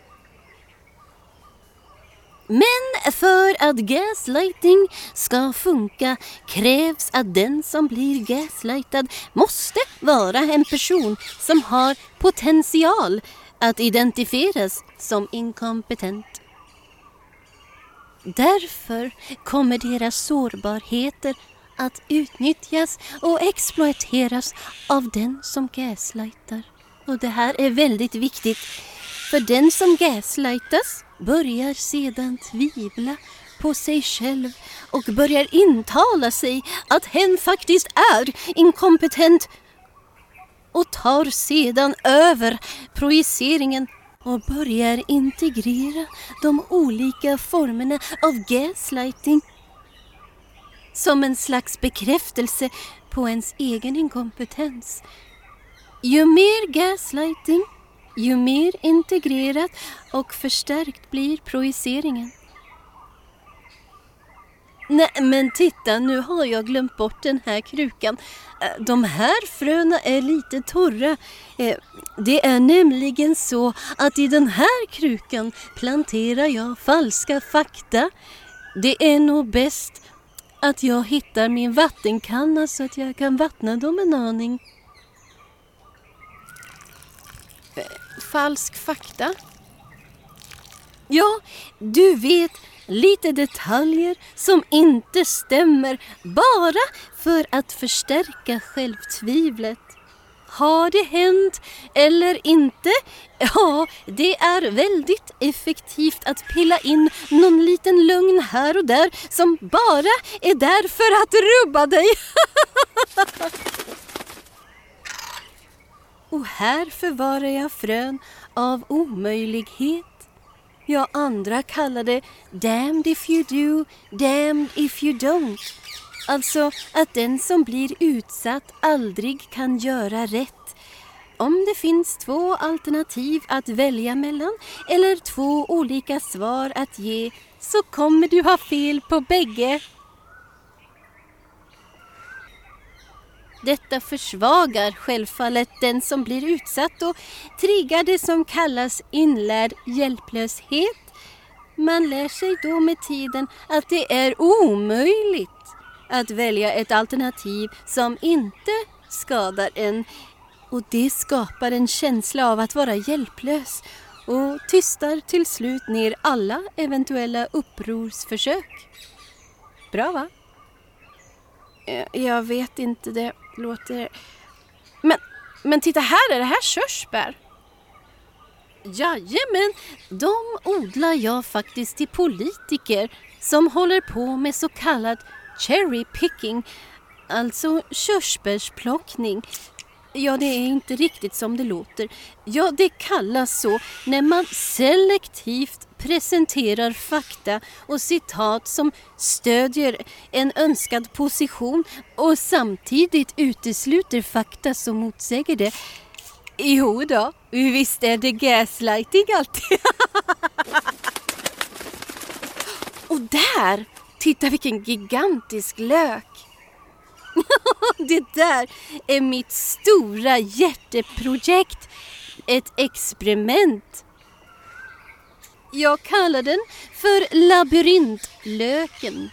Men för att gaslighting ska funka krävs att den som blir gaslightad måste vara en person som har potential att identifieras som inkompetent. Därför kommer deras sårbarheter att utnyttjas och exploateras av den som gaslightar. Och det här är väldigt viktigt, för den som gaslightas börjar sedan tvivla på sig själv och börjar intala sig att hen faktiskt är inkompetent och tar sedan över projiceringen och börjar integrera de olika formerna av gaslighting som en slags bekräftelse på ens egen inkompetens. Ju mer gaslighting, ju mer integrerat och förstärkt blir projiceringen. Nej, men titta, nu har jag glömt bort den här krukan. De här fröna är lite torra. Det är nämligen så att i den här krukan planterar jag falska fakta. Det är nog bäst att jag hittar min vattenkanna så att jag kan vattna dem en aning. Falsk fakta? Ja, du vet, lite detaljer som inte stämmer bara för att förstärka självtvivlet. Har det hänt eller inte? Ja, det är väldigt effektivt att pilla in någon liten lögn här och där som bara är där för att rubba dig. Och här förvarar jag frön av omöjlighet. Ja, andra kallar det damned if you do, damned if you don't. Alltså att den som blir utsatt aldrig kan göra rätt. Om det finns två alternativ att välja mellan eller två olika svar att ge så kommer du ha fel på bägge. Detta försvagar självfallet den som blir utsatt och triggar det som kallas inlärd hjälplöshet. Man lär sig då med tiden att det är omöjligt att välja ett alternativ som inte skadar en. Och det skapar en känsla av att vara hjälplös och tystar till slut ner alla eventuella upprorsförsök. Bra, va? Jag vet inte, det låter... Men, men titta här, är det här körsbär? Jajamän, de odlar jag faktiskt till politiker som håller på med så kallad cherry picking, alltså körsbärsplockning. Ja, det är inte riktigt som det låter. Ja, det kallas så när man selektivt presenterar fakta och citat som stödjer en önskad position och samtidigt utesluter fakta som motsäger det. Jo då, visst är det gaslighting alltid. Och där, titta vilken gigantisk lök. Det där är mitt stora hjärteprojekt, ett experiment. Jag kallar den för labyrintlöken.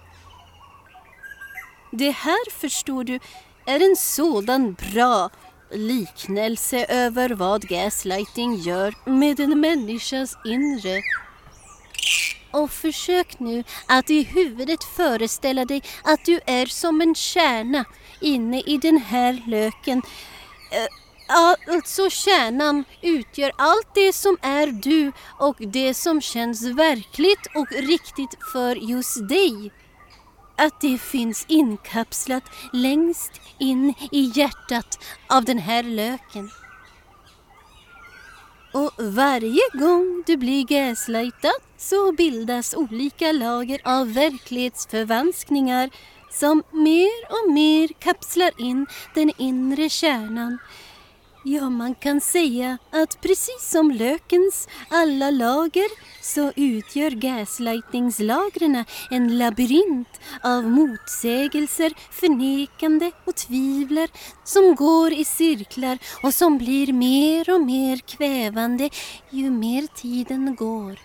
Det här, förstår du, är en sådan bra liknelse över vad gaslighting gör med en människas inre. Och försök nu att i huvudet föreställa dig att du är som en kärna inne i den här löken. Alltså kärnan utgör allt det som är du och det som känns verkligt och riktigt för just dig. Att det finns inkapslat längst in i hjärtat av den här löken. Och varje gång du blir gaslightad så bildas olika lager av verklighetsförvanskningar som mer och mer kapslar in den inre kärnan. Ja, man kan säga att precis som lökens alla lager så utgör gaslightningslagren en labyrint av motsägelser, förnekande och tvivlar som går i cirklar och som blir mer och mer kvävande ju mer tiden går.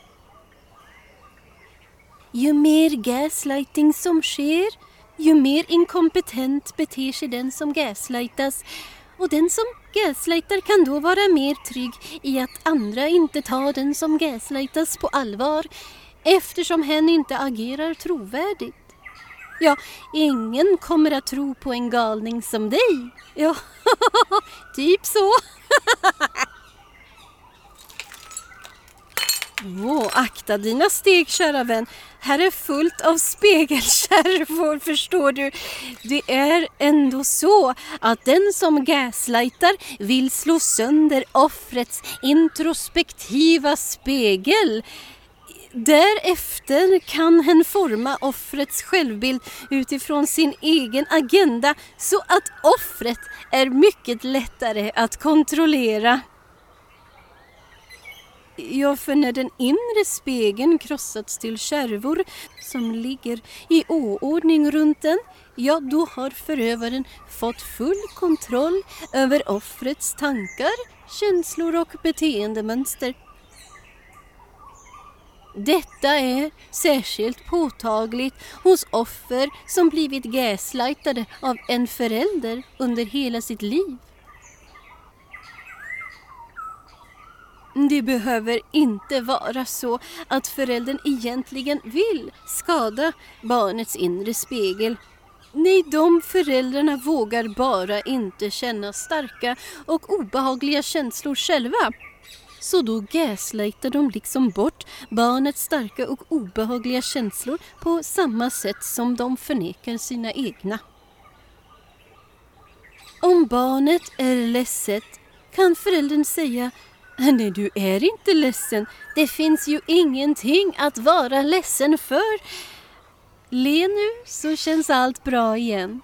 Ju mer gaslighting som sker, ju mer inkompetent beter sig den som gaslightas. Och den som gaslightar kan då vara mer trygg i att andra inte tar den som gaslightas på allvar, eftersom hen inte agerar trovärdigt. Ja, ingen kommer att tro på en galning som dig. Ja, typ så. Åh, akta dina steg, kära vän. Här är fullt av spegelskärvor, förstår du. Det är ändå så att den som gaslightar vill slå sönder offrets introspektiva spegel. Därefter kan hen forma offrets självbild utifrån sin egen agenda så att offret är mycket lättare att kontrollera. Ja, för när den inre spegeln krossats till kärvor som ligger i oordning runt den, ja, då har förövaren fått full kontroll över offrets tankar, känslor och beteendemönster. Detta är särskilt påtagligt hos offer som blivit gaslightade av en förälder under hela sitt liv. Det behöver inte vara så att föräldern egentligen vill skada barnets inre spegel. Nej, de föräldrarna vågar bara inte känna starka och obehagliga känslor själva. Så då gaslightar de liksom bort barnets starka och obehagliga känslor på samma sätt som de förnekar sina egna. Om barnet är ledset kan föräldern säga: nej, du är inte ledsen. Det finns ju ingenting att vara ledsen för. Le nu så känns allt bra igen.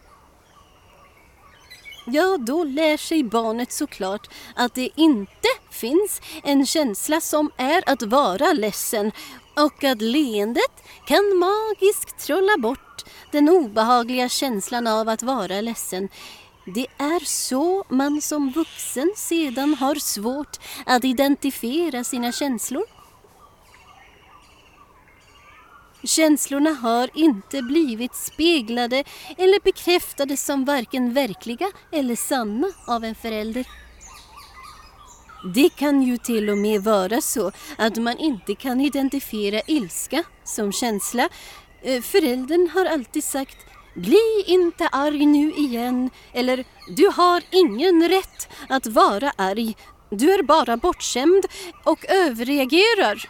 Ja, då lär sig barnet såklart att det inte finns en känsla som är att vara ledsen och att leendet kan magiskt trolla bort den obehagliga känslan av att vara ledsen. Det är så man som vuxen sedan har svårt att identifiera sina känslor. Känslorna har inte blivit speglade eller bekräftade som varken verkliga eller sanna av en förälder. Det kan ju till och med vara så att man inte kan identifiera ilska som känsla. Föräldern har alltid sagt: bli inte arg nu igen, eller du har ingen rätt att vara arg. Du är bara bortskämd och överreagerar.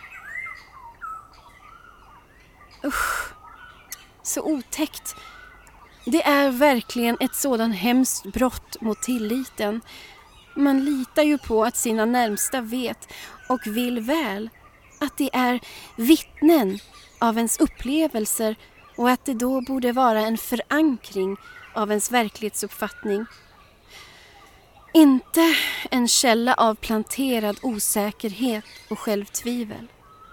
Usch, så otäckt. Det är verkligen ett sådant hemskt brott mot tilliten. Man litar ju på att sina närmsta vet och vill väl. Att det är vittnen av ens upplevelser och att det då borde vara en förankring av ens verklighetsuppfattning. Inte en källa av planterad osäkerhet och självtvivel.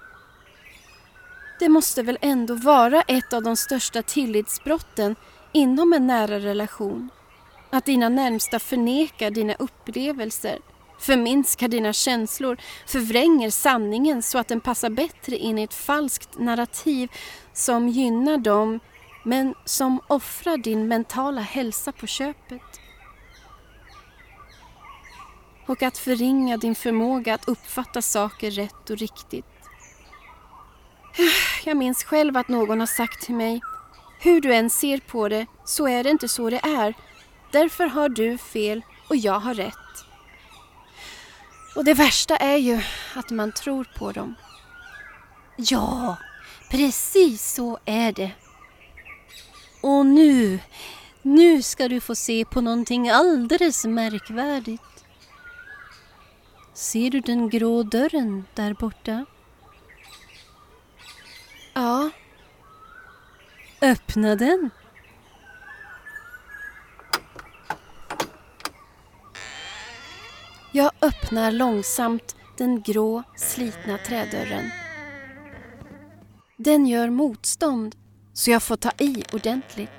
Det måste väl ändå vara ett av de största tillitsbrotten inom en nära relation. Att dina närmsta förnekar dina upplevelser, förminskar dina känslor, förvränger sanningen så att den passar bättre in i ett falskt narrativ som gynnar dem men som offrar din mentala hälsa på köpet. Och att förringa din förmåga att uppfatta saker rätt och riktigt. Jag minns själv att någon har sagt till mig: hur du än ser på det så är det inte så det är. Därför har du fel Och jag har rätt. Och det värsta är ju att man tror på dem. Ja, precis så är det. Och nu, nu ska du få se på någonting alldeles märkvärdigt. Ser du den grå dörren där borta? Ja. Öppna den. Jag öppnar långsamt den grå, slitna trädörren. Den gör motstånd, så jag får ta i ordentligt.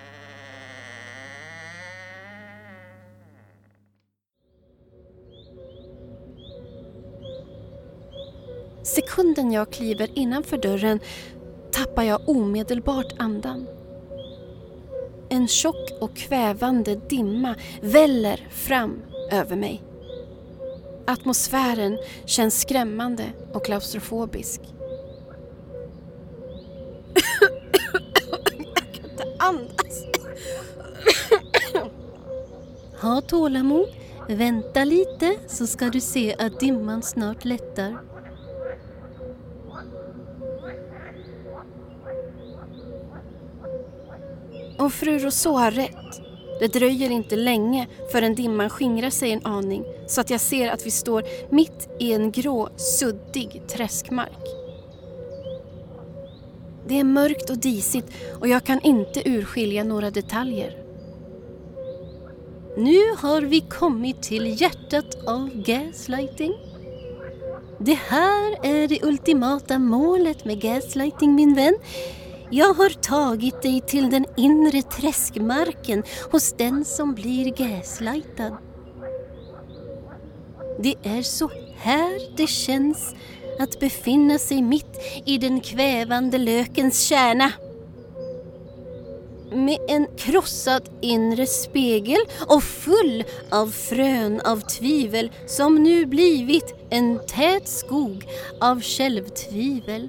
Sekunden jag kliver innanför dörren tappar jag omedelbart andan. En tjock och kvävande dimma väller fram över mig. Atmosfären känns skrämmande och klaustrofobisk. Jag kan inte andas. Ha tålamod, vänta lite så ska du se att dimman snart lättar. Och fru Rousseau har rätt. Det dröjer inte länge förrän dimman skingrar sig en aning så att jag ser att vi står mitt i en grå, suddig träskmark. Det är mörkt och disigt och jag kan inte urskilja några detaljer. Nu har vi kommit till hjärtat av gaslighting. Det här är det ultimata målet med gaslighting, min vän. Jag har tagit dig till den inre träskmarken hos den som blir gaslightad. Det är så här det känns att befinna sig mitt i den kvävande lökens kärna. Med en krossad inre spegel och full av frön av tvivel som nu blivit en tät skog av självtvivel.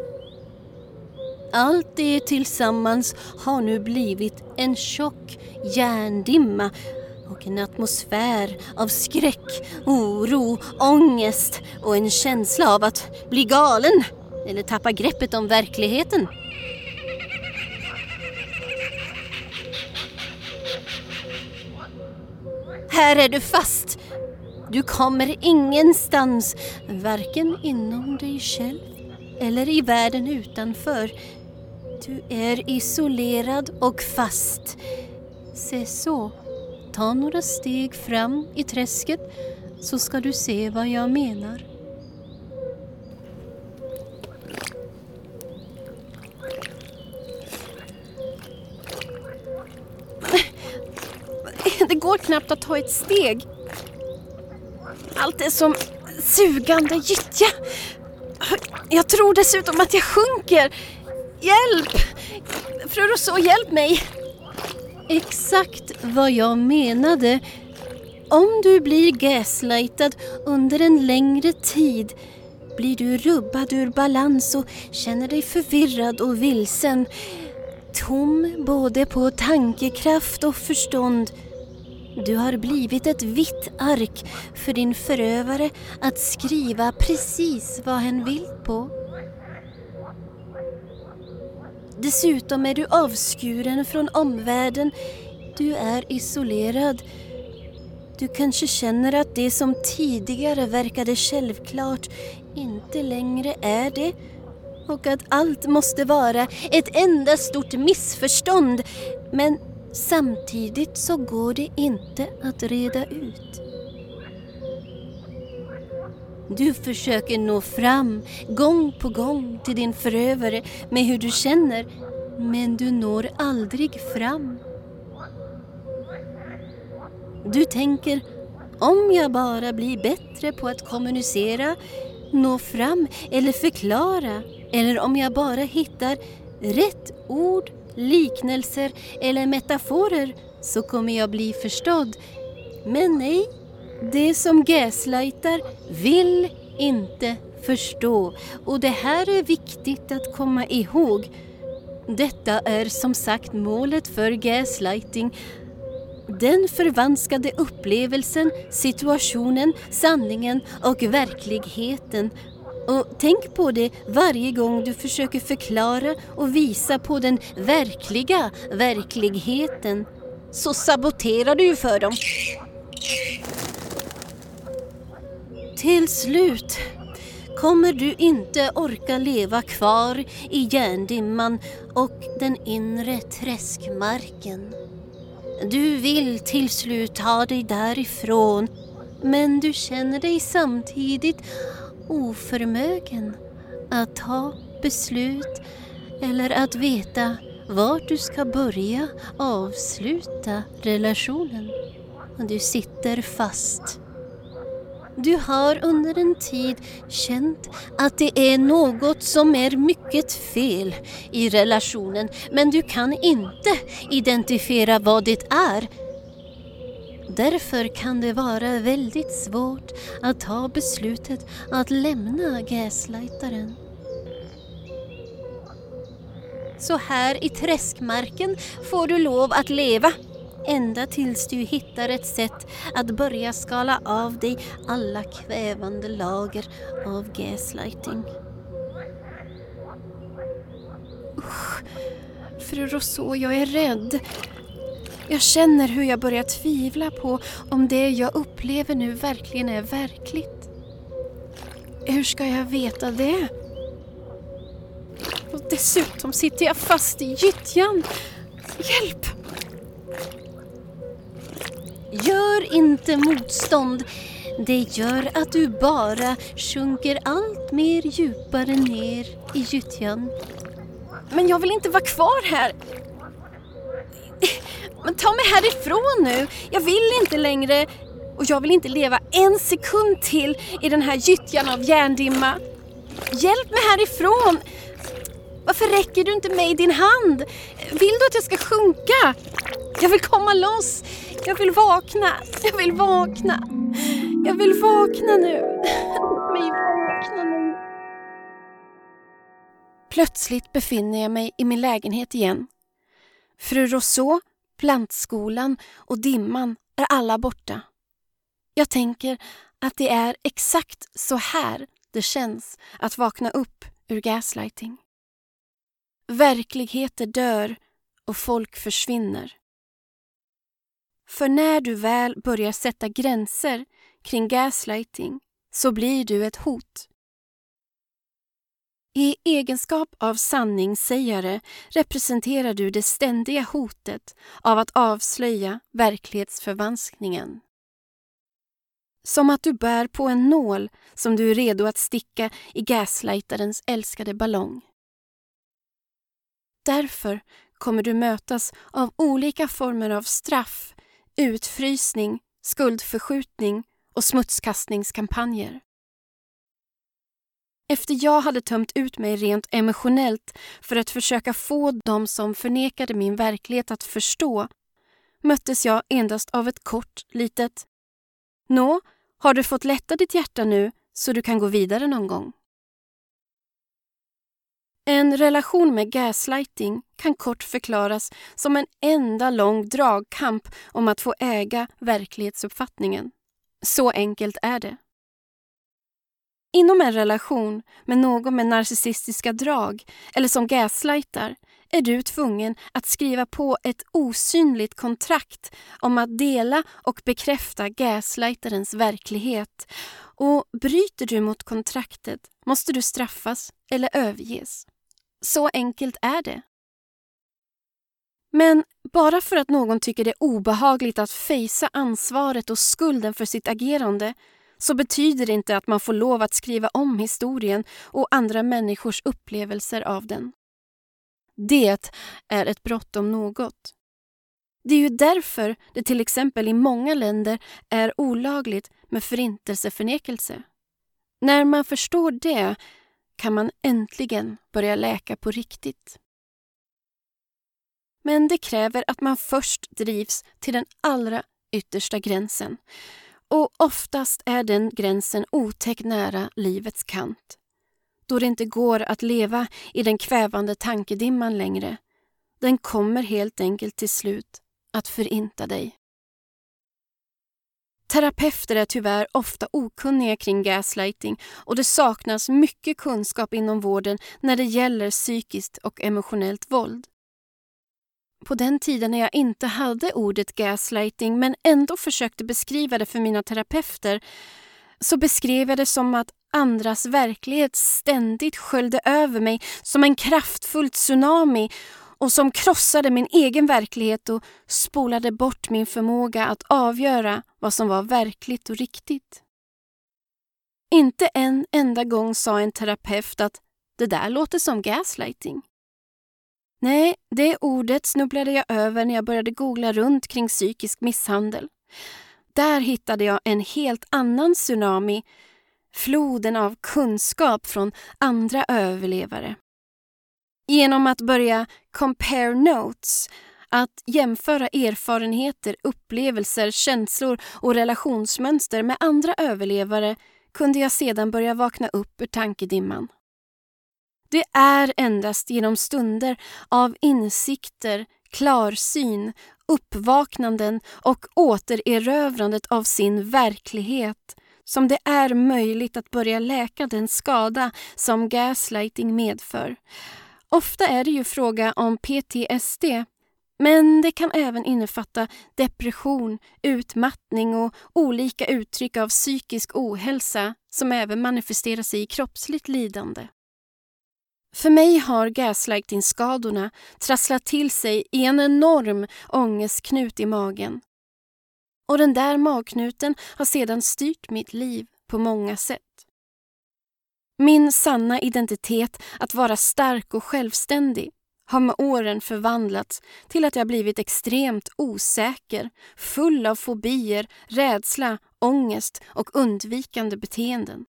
Allt det tillsammans har nu blivit en tjock järndimma och en atmosfär av skräck, oro, ångest och en känsla av att bli galen eller tappa greppet om verkligheten. Här är du fast. Du kommer ingenstans, varken inom dig själv eller i världen utanför. Du är isolerad och fast. Se så, ta några steg fram i träsket så ska du se vad jag menar. Det går knappt att ta ett steg. Allt är som sugande gyttja. Jag tror dessutom att jag sjunker. Hjälp! Fru Rousseau, hjälp mig! Exakt vad jag menade. Om du blir gaslightad under en längre tid blir du rubbad ur balans och känner dig förvirrad och vilsen. Tom både på tankekraft och förstånd. Du har blivit ett vitt ark för din förövare att skriva precis vad han vill på. Dessutom är du avskuren från omvärlden. Du är isolerad. Du kanske känner att det som tidigare verkade självklart inte längre är det. Och att allt måste vara ett enda stort missförstånd. Men samtidigt så går det inte att reda ut. Du försöker nå fram gång på gång till din förövare med hur du känner, men du når aldrig fram. Du tänker, om jag bara blir bättre på att kommunicera, nå fram eller förklara, eller om jag bara hittar rätt ord, liknelser eller metaforer så kommer jag bli förstådd. Men nej, det som gaslightar vill inte förstå. Och det här är viktigt att komma ihåg. Detta är som sagt målet för gaslighting. Den förvanskade upplevelsen, situationen, sanningen och verkligheten. Och tänk på det varje gång du försöker förklara och visa på den verkliga verkligheten. Så saboterar du ju för dem. Till slut kommer du inte orka leva kvar i järndimman och den inre träskmarken. Du vill till slut ta dig därifrån, men du känner dig samtidigt oförmögen att ta beslut eller att veta var du ska börja avsluta relationen. Du sitter fast. Du har under en tid känt att det är något som är mycket fel i relationen, men du kan inte identifiera vad det är. Därför kan det vara väldigt svårt att ta beslutet att lämna gaslightaren. Så här i träskmarken får du lov att leva. Ända tills du hittar ett sätt att börja skala av dig alla kvävande lager av gaslighting. Usch, fru Rousseau, jag är rädd. Jag känner hur jag börjar tvivla på om det jag upplever nu verkligen är verkligt. Hur ska jag veta det? Och dessutom sitter jag fast i gyttjan. Hjälp! Gör inte motstånd. Det gör att du bara sjunker allt mer djupare ner i gyttjan. Men jag vill inte vara kvar här. Men ta mig härifrån nu. Jag vill inte längre. Och jag vill inte leva en sekund till i den här gyttjan av järndimma. Hjälp mig härifrån. Varför räcker du inte mig i din hand? Vill du att jag ska sjunka? Jag vill komma loss. Jag vill vakna. Jag vill vakna. Jag vill vakna nu. Låt mig vakna nu. Plötsligt befinner jag mig i min lägenhet igen. Fru Rousseau, plantskolan och dimman är alla borta. Jag tänker att det är exakt så här det känns att vakna upp ur gaslighting. Verkligheter dör och folk försvinner. För när du väl börjar sätta gränser kring gaslighting så blir du ett hot. I egenskap av sanningssägare representerar du det ständiga hotet av att avslöja verklighetsförvanskningen. Som att du bär på en nål som du är redo att sticka i gaslightarens älskade ballong. Därför kommer du mötas av olika former av straff, utfrysning, skuldförskjutning och smutskastningskampanjer. Efter jag hade tömt ut mig rent emotionellt för att försöka få dem som förnekade min verklighet att förstå, möttes jag endast av ett kort, litet "Nå, har du fått lätta ditt hjärta nu så du kan gå vidare någon gång?" En relation med gaslighting kan kort förklaras som en enda lång dragkamp om att få äga verklighetsuppfattningen. Så enkelt är det. Inom en relation med någon med narcissistiska drag eller som gaslightar är du tvungen att skriva på ett osynligt kontrakt om att dela och bekräfta gaslightarens verklighet. Och bryter du mot kontraktet måste du straffas eller överges. Så enkelt är det. Men bara för att någon tycker det är obehagligt att fejsa ansvaret och skulden för sitt agerande så betyder det inte att man får lov att skriva om historien och andra människors upplevelser av den. Det är ett brott om något. Det är ju därför det till exempel i många länder är olagligt med förintelseförnekelse. När man förstår det kan man äntligen börja läka på riktigt. Men det kräver att man först drivs till den allra yttersta gränsen. Och oftast är den gränsen otäckt nära livets kant. Då det inte går att leva i den kvävande tankedimman längre. Den kommer helt enkelt till slut att förinta dig. Terapeuter är tyvärr ofta okunniga kring gaslighting och det saknas mycket kunskap inom vården när det gäller psykiskt och emotionellt våld. På den tiden när jag inte hade ordet gaslighting men ändå försökte beskriva det för mina terapeuter så beskrev jag det som att andras verklighet ständigt sköljde över mig som en kraftfull tsunami och som krossade min egen verklighet och spolade bort min förmåga att avgöra vad som var verkligt och riktigt. Inte en enda gång sa en terapeut att det där låter som gaslighting. Nej, det ordet snubblade jag över när jag började googla runt kring psykisk misshandel. Där hittade jag en helt annan tsunami, floden av kunskap från andra överlevare. Genom att börja compare notes, att jämföra erfarenheter, upplevelser, känslor och relationsmönster med andra överlevare kunde jag sedan börja vakna upp ur tankedimman. Det är endast genom stunder av insikter, klarsyn, uppvaknanden och återerövrandet av sin verklighet som det är möjligt att börja läka den skada som gaslighting medför. Ofta är det ju fråga om P T S D, men det kan även innefatta depression, utmattning och olika uttryck av psykisk ohälsa som även manifesterar sig i kroppsligt lidande. För mig har gaslighting-skadorna trasslat till sig i en enorm ångestknut i magen. Och den där magknuten har sedan styrt mitt liv på många sätt. Min sanna identitet att vara stark och självständig har med åren förvandlats till att jag blivit extremt osäker, full av fobier, rädsla, ångest och undvikande beteenden.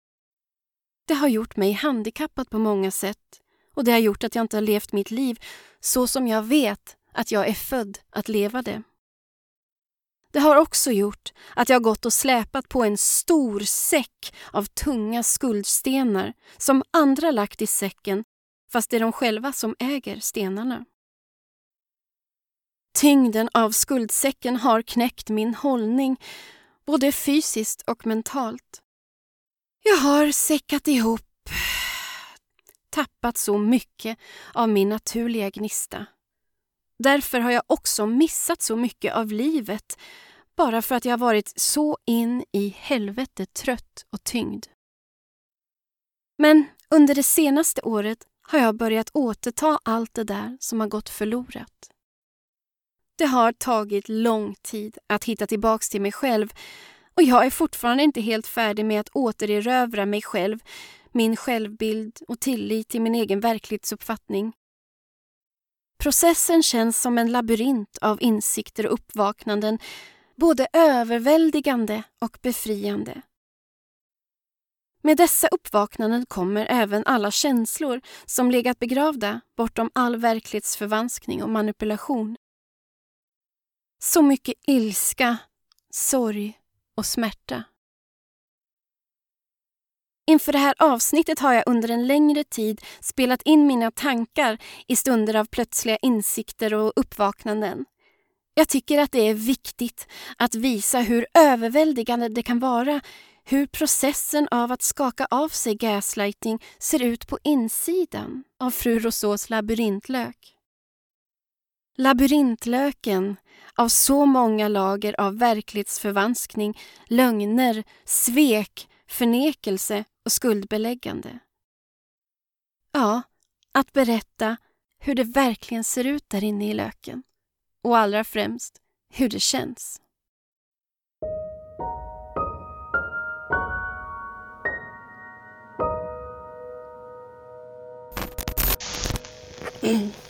Det har gjort mig handikappad på många sätt och det har gjort att jag inte har levt mitt liv så som jag vet att jag är född att leva det. Det har också gjort att jag gått och släpat på en stor säck av tunga skuldstenar som andra lagt i säcken fast det är de själva som äger stenarna. Tyngden av skuldsäcken har knäckt min hållning både fysiskt och mentalt. Jag har säckat ihop, tappat så mycket av min naturliga gnista. Därför har jag också missat så mycket av livet bara för att jag har varit så in i helvete trött och tyngd. Men under det senaste året har jag börjat återta allt det där som har gått förlorat. Det har tagit lång tid att hitta tillbaks till mig själv och jag är fortfarande inte helt färdig med att återerövra mig själv, min självbild och tillit till min egen verklighetsuppfattning. Processen känns som en labyrint av insikter och uppvaknanden, både överväldigande och befriande. Med dessa uppvaknanden kommer även alla känslor som legat begravda bortom all verklighetsförvanskning och manipulation. Så mycket ilska, sorg och smärta. Inför det här avsnittet har jag under en längre tid spelat in mina tankar i stunder av plötsliga insikter och uppvaknanden. Jag tycker att det är viktigt att visa hur överväldigande det kan vara, hur processen av att skaka av sig gaslighting ser ut på insidan av fru Rousseaus labyrintlök. Labyrintlöken av så många lager av verklighetsförvanskning, lögner, svek, förnekelse och skuldbeläggande. Ja, att berätta hur det verkligen ser ut där inne i löken. Och allra främst hur det känns. Mm.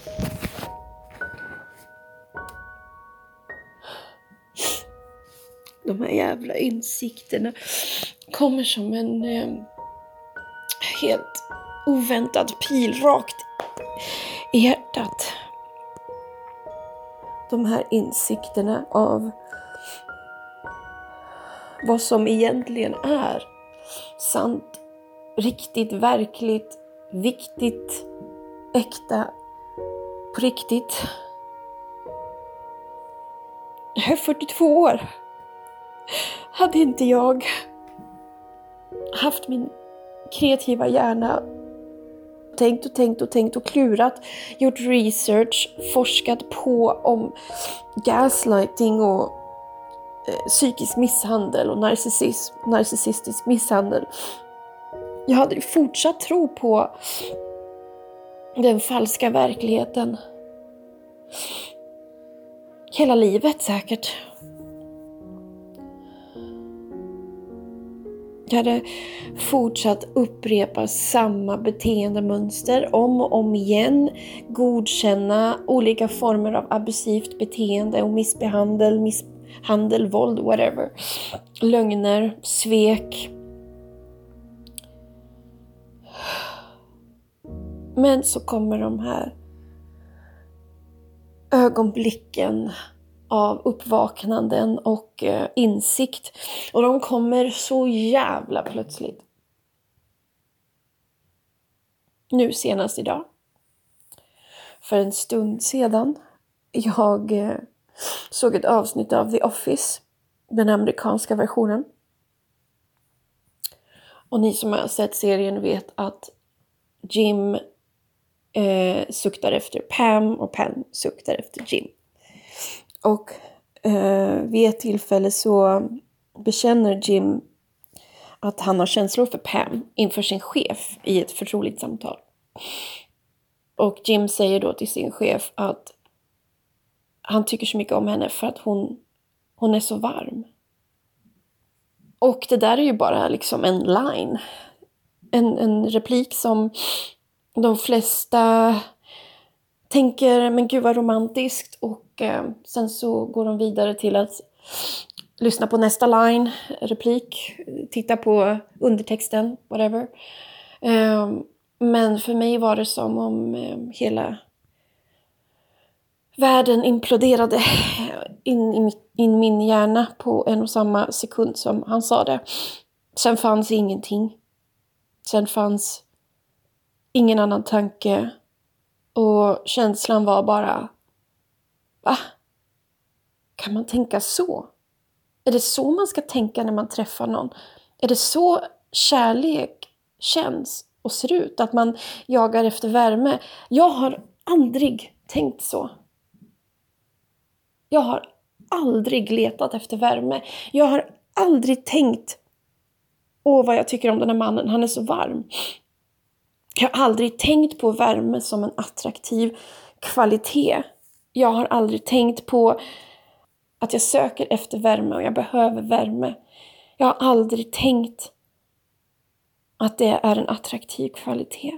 De här jävla insikterna kommer som en eh, helt oväntad pil rakt i hjärtat. De här insikterna av vad som egentligen är sant, riktigt, verkligt, viktigt, äkta, på riktigt. Jag är fyrtiotvå år. hade inte jag haft min kreativa hjärna tänkt och tänkt och tänkt och klurat, gjort research, forskat på om gaslighting och eh, psykisk misshandel och narcissism, narcissistisk misshandel. Jag hade ju fortsatt tro på den falska verkligheten. Hela livet säkert. Jag hade fortsatt upprepa samma beteendemönster om och om igen. Godkänna olika former av abusivt beteende och missbehandel, misshandel, våld, whatever. Lögner, svek. Men så kommer de här ögonblicken av uppvaknanden och eh, insikt. Och de kommer så jävla plötsligt. Nu senast idag. För en stund sedan. Jag eh, såg ett avsnitt av The Office. Den amerikanska versionen. Och ni som har sett serien vet att Jim eh, suktar efter Pam och Pam suktar efter Jim. Och eh, vid ett tillfälle så bekänner Jim att han har känslor för Pam inför sin chef i ett förtroligt samtal. Och Jim säger då till sin chef att han tycker så mycket om henne för att hon, hon är så varm. Och det där är ju bara liksom en line. En, en replik som de flesta tänker, men gud vad romantiskt. Och eh, sen så går de vidare till att lyssna på nästa line, replik, titta på undertexten, whatever. Eh, men för mig var det som om eh, hela världen imploderade in i mitt, in min hjärna på en och samma sekund som han sa det. Sen fanns ingenting. Sen fanns ingen annan tanke. Och känslan var bara, va? Kan man tänka så? Är det så man ska tänka när man träffar någon? Är det så kärlek känns och ser ut? Att man jagar efter värme? Jag har aldrig tänkt så. Jag har aldrig letat efter värme. Jag har aldrig tänkt, åh vad jag tycker om den här mannen, han är så varm. Jag har aldrig tänkt på värme som en attraktiv kvalitet. Jag har aldrig tänkt på att jag söker efter värme och jag behöver värme. Jag har aldrig tänkt att det är en attraktiv kvalitet.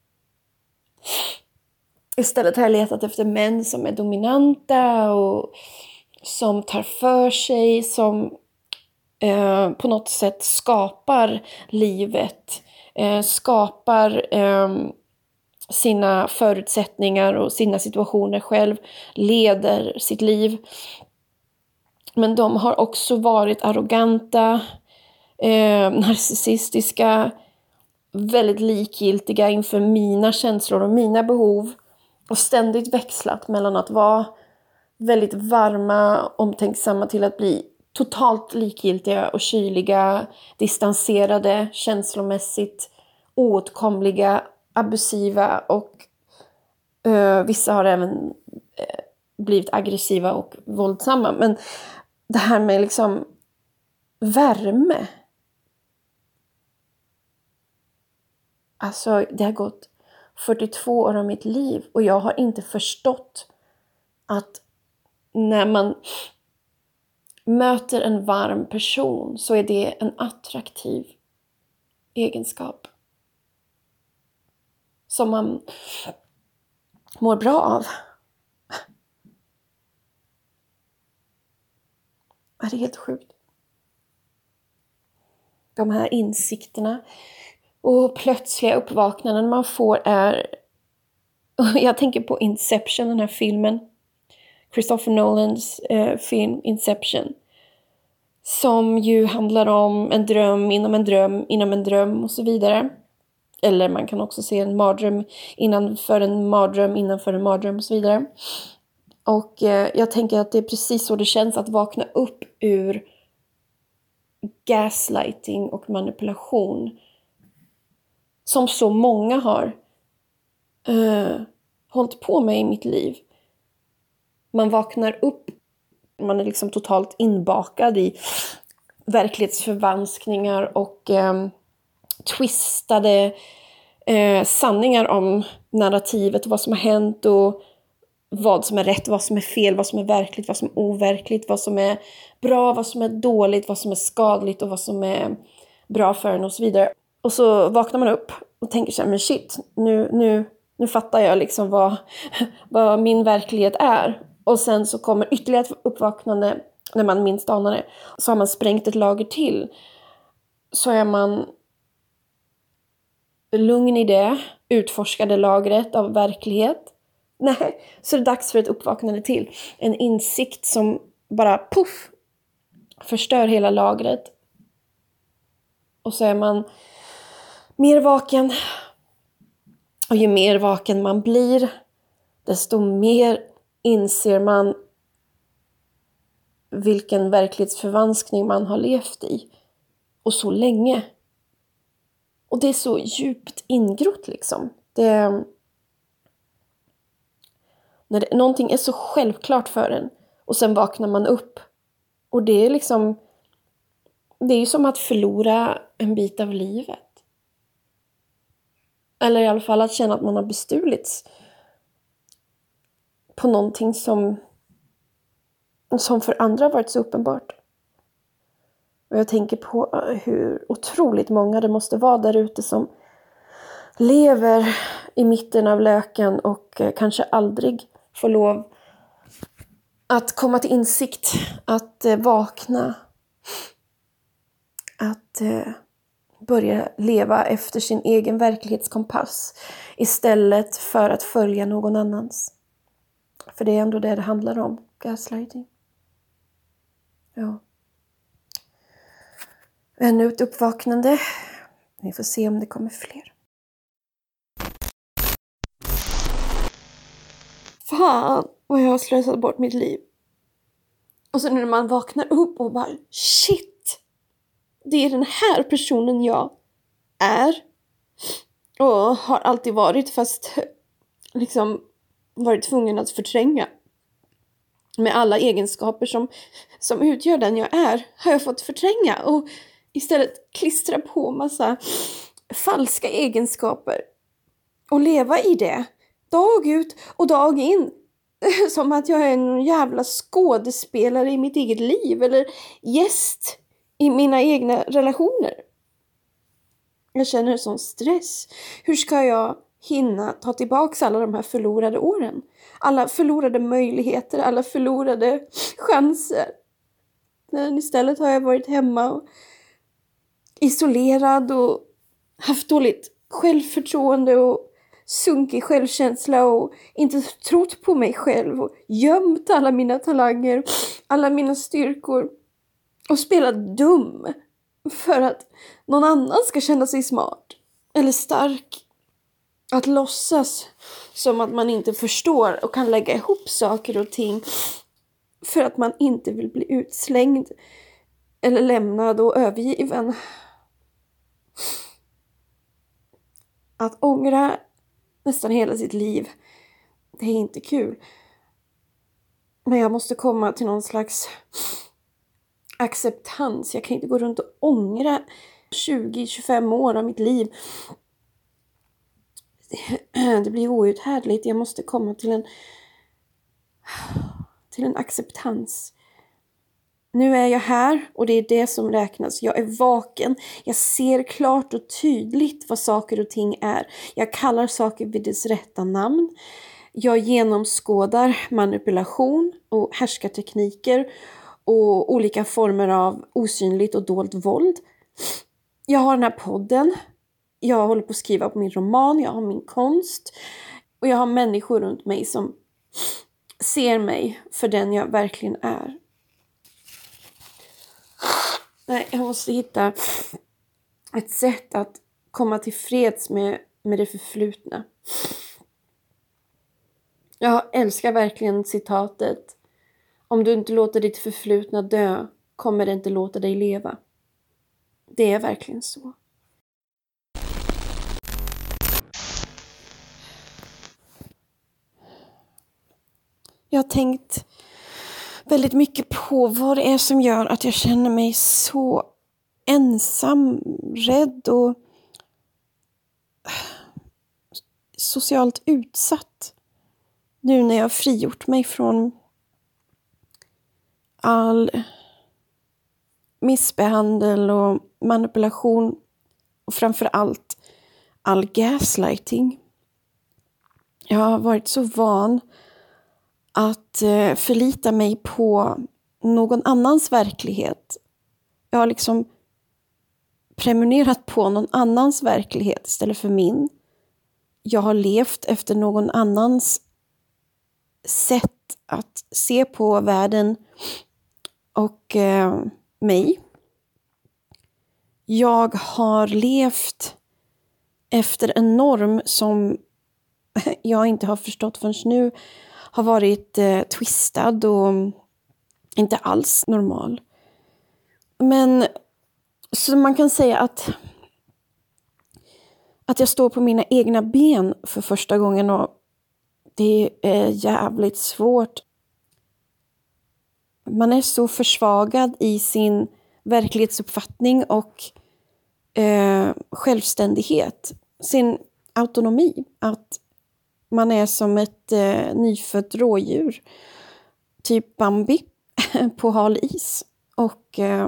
Istället har jag letat efter män som är dominanta och som tar för sig, som eh, på något sätt skapar livet, eh, skapar eh, sina förutsättningar och sina situationer själv, leder sitt liv. Men de har också varit arroganta, eh, narcissistiska, väldigt likgiltiga inför mina känslor och mina behov. Och ständigt växlat mellan att vara väldigt varma, omtänksamma till att bli totalt likgiltiga och kyliga, distanserade, känslomässigt oåtkomliga, abusiva och eh, vissa har även eh, blivit aggressiva och våldsamma. Men det här med liksom värme. Alltså det har gått fyrtiotvå år av mitt liv och jag har inte förstått att när man möter en varm person så är det en attraktiv egenskap som man mår bra av. Det är helt sjukt. De här insikterna och plötsliga uppvaknanden man får är... Jag tänker på Inception, den här filmen. Christopher Nolans eh, film Inception. Som ju handlar om en dröm inom en dröm inom en dröm och så vidare. Eller man kan också se en mardröm innanför en mardröm innanför en mardröm och så vidare. Och eh, jag tänker att det är precis så det känns att vakna upp ur gaslighting och manipulation som så många har uh, hållit på med i mitt liv. Man vaknar upp, man är liksom totalt inbakad i verklighetsförvanskningar och um, twistade uh, sanningar om narrativet och vad som har hänt och vad som är rätt, vad som är fel, vad som är verkligt, vad som är overkligt, vad som är bra, vad som är dåligt, vad som är skadligt och vad som är bra för en och så vidare. Och så vaknar man upp och tänker så här, men shit, nu, nu, nu fattar jag liksom vad, vad min verklighet är. Och sen så kommer ytterligare ett uppvaknande när man minst anar det. Så har man sprängt ett lager till. Så är man lugn i det, utforskade lagret av verklighet. Nej, så är det dags för ett uppvaknande till. En insikt som bara puff förstör hela lagret. Och så är man mer vaken. Och ju mer vaken man blir, desto mer inser man vilken verklighetsförvanskning man har levt i. Och så länge. Och det är så djupt ingrott liksom. Det När det, någonting är så självklart för en. Och sen vaknar man upp. Och det är liksom. Det är ju som att förlora en bit av livet. Eller i alla fall att känna att man har bestulits. På någonting som. Som för andra varit så uppenbart. Och jag tänker på hur otroligt många det måste vara där ute som. Lever i mitten av löken och kanske aldrig får lov att komma till insikt, att eh, vakna, att eh, börja leva efter sin egen verklighetskompass istället för att följa någon annans. För det är ändå det det handlar om, gaslighting. Ja. Ännu ett uppvaknande. Vi får se om det kommer fler. Fan vad jag har slösat bort mitt liv. Och så när man vaknar upp och bara shit. Det är den här personen jag är. Och har alltid varit, fast liksom varit tvungen att förtränga. Med alla egenskaper som, som utgör den jag är, har jag fått förtränga. Och istället klistra på massa falska egenskaper. Och leva i det. Dag ut och dag in. Som att jag är en jävla skådespelare i mitt eget liv. Eller gäst i mina egna relationer. Jag känner sån stress. Hur ska jag hinna ta tillbaka alla de här förlorade åren? Alla förlorade möjligheter. Alla förlorade chanser. Men istället har jag varit hemma och isolerad och haft dåligt självförtroende och sunkig självkänsla och inte trott på mig själv och gömt alla mina talanger, alla mina styrkor och spelat dum för att någon annan ska känna sig smart eller stark. Att låtsas som att man inte förstår och kan lägga ihop saker och ting för att man inte vill bli utslängd eller lämnad och övergiven. Att ångra nästan hela sitt liv, det är inte kul. Men jag måste komma till någon slags acceptans. Jag kan inte gå runt och ångra tjugo till tjugofem år av mitt liv. Det blir outhärdligt. Jag måste komma till en till en acceptans. Nu är jag här och det är det som räknas. Jag är vaken. Jag ser klart och tydligt vad saker och ting är. Jag kallar saker vid dess rätta namn. Jag genomskådar manipulation och härskartekniker och olika former av osynligt och dolt våld. Jag har den här podden. Jag håller på att skriva på min roman. Jag har min konst. Och jag har människor runt mig som ser mig för den jag verkligen är. Nej, jag måste hitta ett sätt att komma till freds med, med det förflutna. Jag älskar verkligen citatet. Om du inte låter ditt förflutna dö, kommer det inte låta dig leva. Det är verkligen så. Jag har tänkt väldigt mycket på vad det är som gör att jag känner mig så ensam, rädd och socialt utsatt. Nu när jag har frigjort mig från all missbehandel och manipulation och framför allt all gaslighting. Jag har varit så van att förlita mig på någon annans verklighet. Jag har liksom prenumererat på någon annans verklighet istället för min. Jag har levt efter någon annans sätt att se på världen och eh, mig. Jag har levt efter en norm som jag inte har förstått förrän nu har varit eh, twistad och inte alls normal. Men så man kan säga att att jag står på mina egna ben för första gången och det är jävligt svårt. Man är så försvagad i sin verklighetsuppfattning och eh, självständighet, sin autonomi, att man är som ett eh, nyfött rådjur, typ Bambi på hal is. Och eh,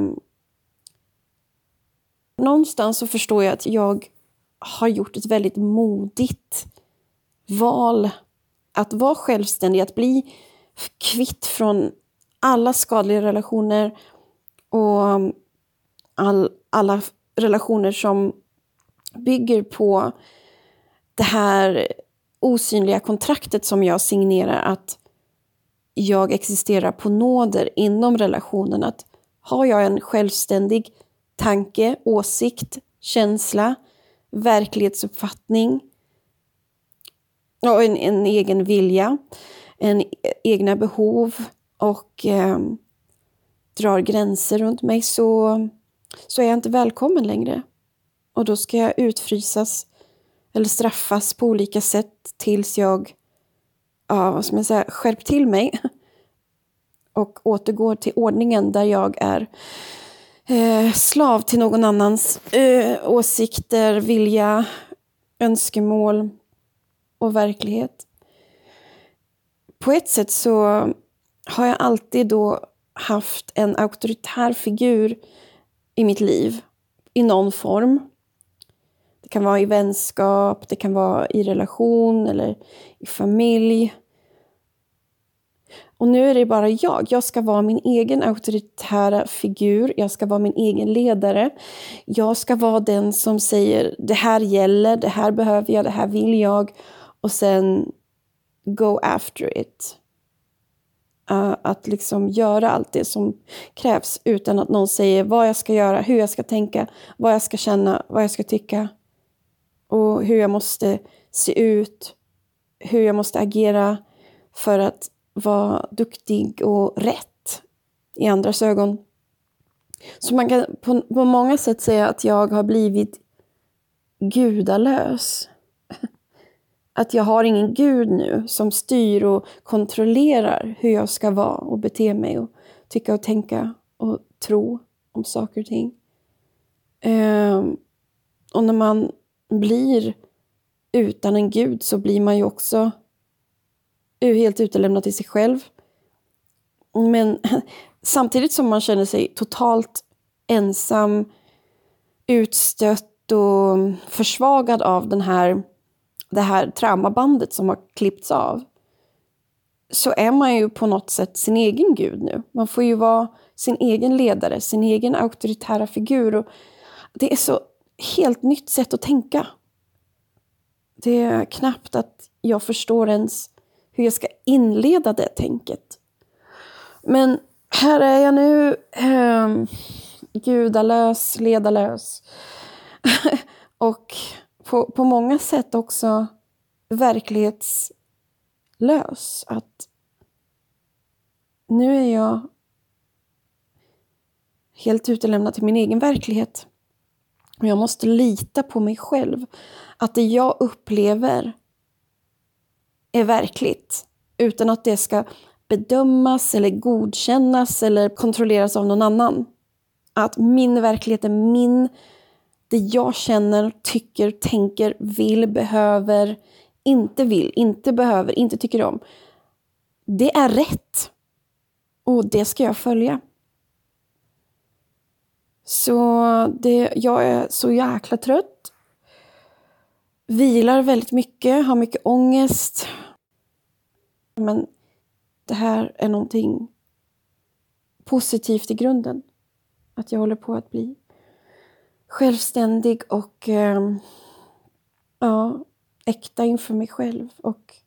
någonstans så förstår jag att jag har gjort ett väldigt modigt val att vara självständig, att bli kvitt från alla skadliga relationer och all, alla relationer som bygger på det här osynliga kontraktet som jag signerar, att jag existerar på nåder inom relationen. Att har jag en självständig tanke, åsikt, känsla, verklighetsuppfattning och en, en egen vilja, en egna behov och eh, drar gränser runt mig, så, så är jag inte välkommen längre. Och då ska jag utfrysas eller straffas på olika sätt tills jag ja, vad ska man säga, skärp till mig och återgår till ordningen där jag är eh, slav till någon annans eh, åsikter, vilja, önskemål och verklighet. På ett sätt så har jag alltid då haft en auktoritär figur i mitt liv i någon form. Det kan vara i vänskap, det kan vara i relation eller i familj. Och nu är det bara jag. Jag ska vara min egen auktoritära figur. Jag ska vara min egen ledare. Jag ska vara den som säger det här gäller, det här behöver jag, det här vill jag. Och sen go after it. Uh, att liksom göra allt det som krävs utan att någon säger vad jag ska göra, hur jag ska tänka, vad jag ska känna, vad jag ska tycka. Och hur jag måste se ut, hur jag måste agera för att vara duktig och rätt i andras ögon. Så man kan på, på många sätt säga att jag har blivit gudalös. Att jag har ingen gud nu som styr och kontrollerar hur jag ska vara och bete mig och tycka och tänka och tro om saker och ting. Um, och när man blir utan en gud så blir man ju också helt utelämnad till sig själv. Men samtidigt som man känner sig totalt ensam, utstött och försvagad av den här, det här traumabandet som har klippts av, så är man ju på något sätt sin egen gud nu. Man får ju vara sin egen ledare, sin egen auktoritära figur. Och det är så helt nytt sätt att tänka. Det är knappt att jag förstår ens hur jag ska inleda det tänket. Men här är jag nu eh, gudalös, ledarlös. Och på, på många sätt också verklighetslös. Att nu är jag helt utelämnad till min egen verklighet. Och jag måste lita på mig själv. Att det jag upplever är verkligt. Utan att det ska bedömas eller godkännas eller kontrolleras av någon annan. Att min verklighet är min. Det jag känner, tycker, tänker, vill, behöver, inte vill, inte behöver, inte tycker om. Det är rätt. Och det ska jag följa. Så det, jag är så jäkla trött. Vilar väldigt mycket, har mycket ångest. Men det här är någonting positivt i grunden. Att jag håller på att bli självständig och eh, ja, äkta inför mig själv. Och,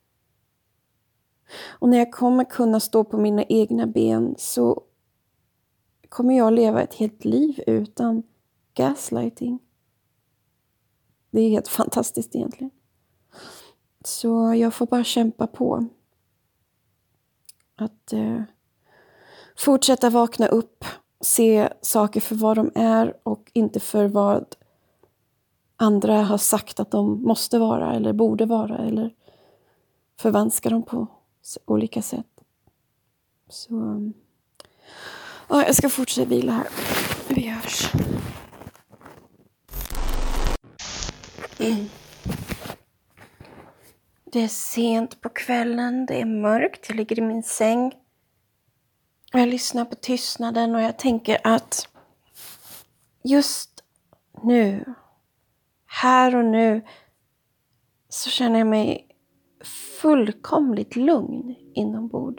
och när jag kommer kunna stå på mina egna ben så kommer jag leva ett helt liv utan gaslighting. Det är helt fantastiskt egentligen. Så jag får bara kämpa på. Att eh, fortsätta vakna upp. Se saker för vad de är och inte för vad andra har sagt att de måste vara eller borde vara. Eller förvanska dem på olika sätt. Så ja, jag ska fortsätta vila här. Vi hörs. Mm. Det är sent på kvällen, det är mörkt, jag ligger i min säng. Och jag lyssnar på tystnaden och jag tänker att just nu, här och nu, så känner jag mig fullkomligt lugn inombords.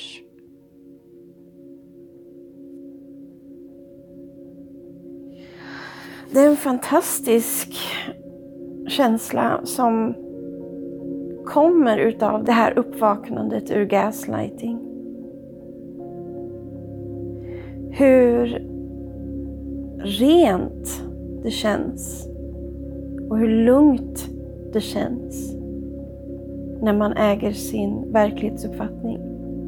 Det är en fantastisk känsla som kommer utav det här uppvaknandet ur gaslighting. Hur rent det känns och hur lugnt det känns när man äger sin verklighetsuppfattning.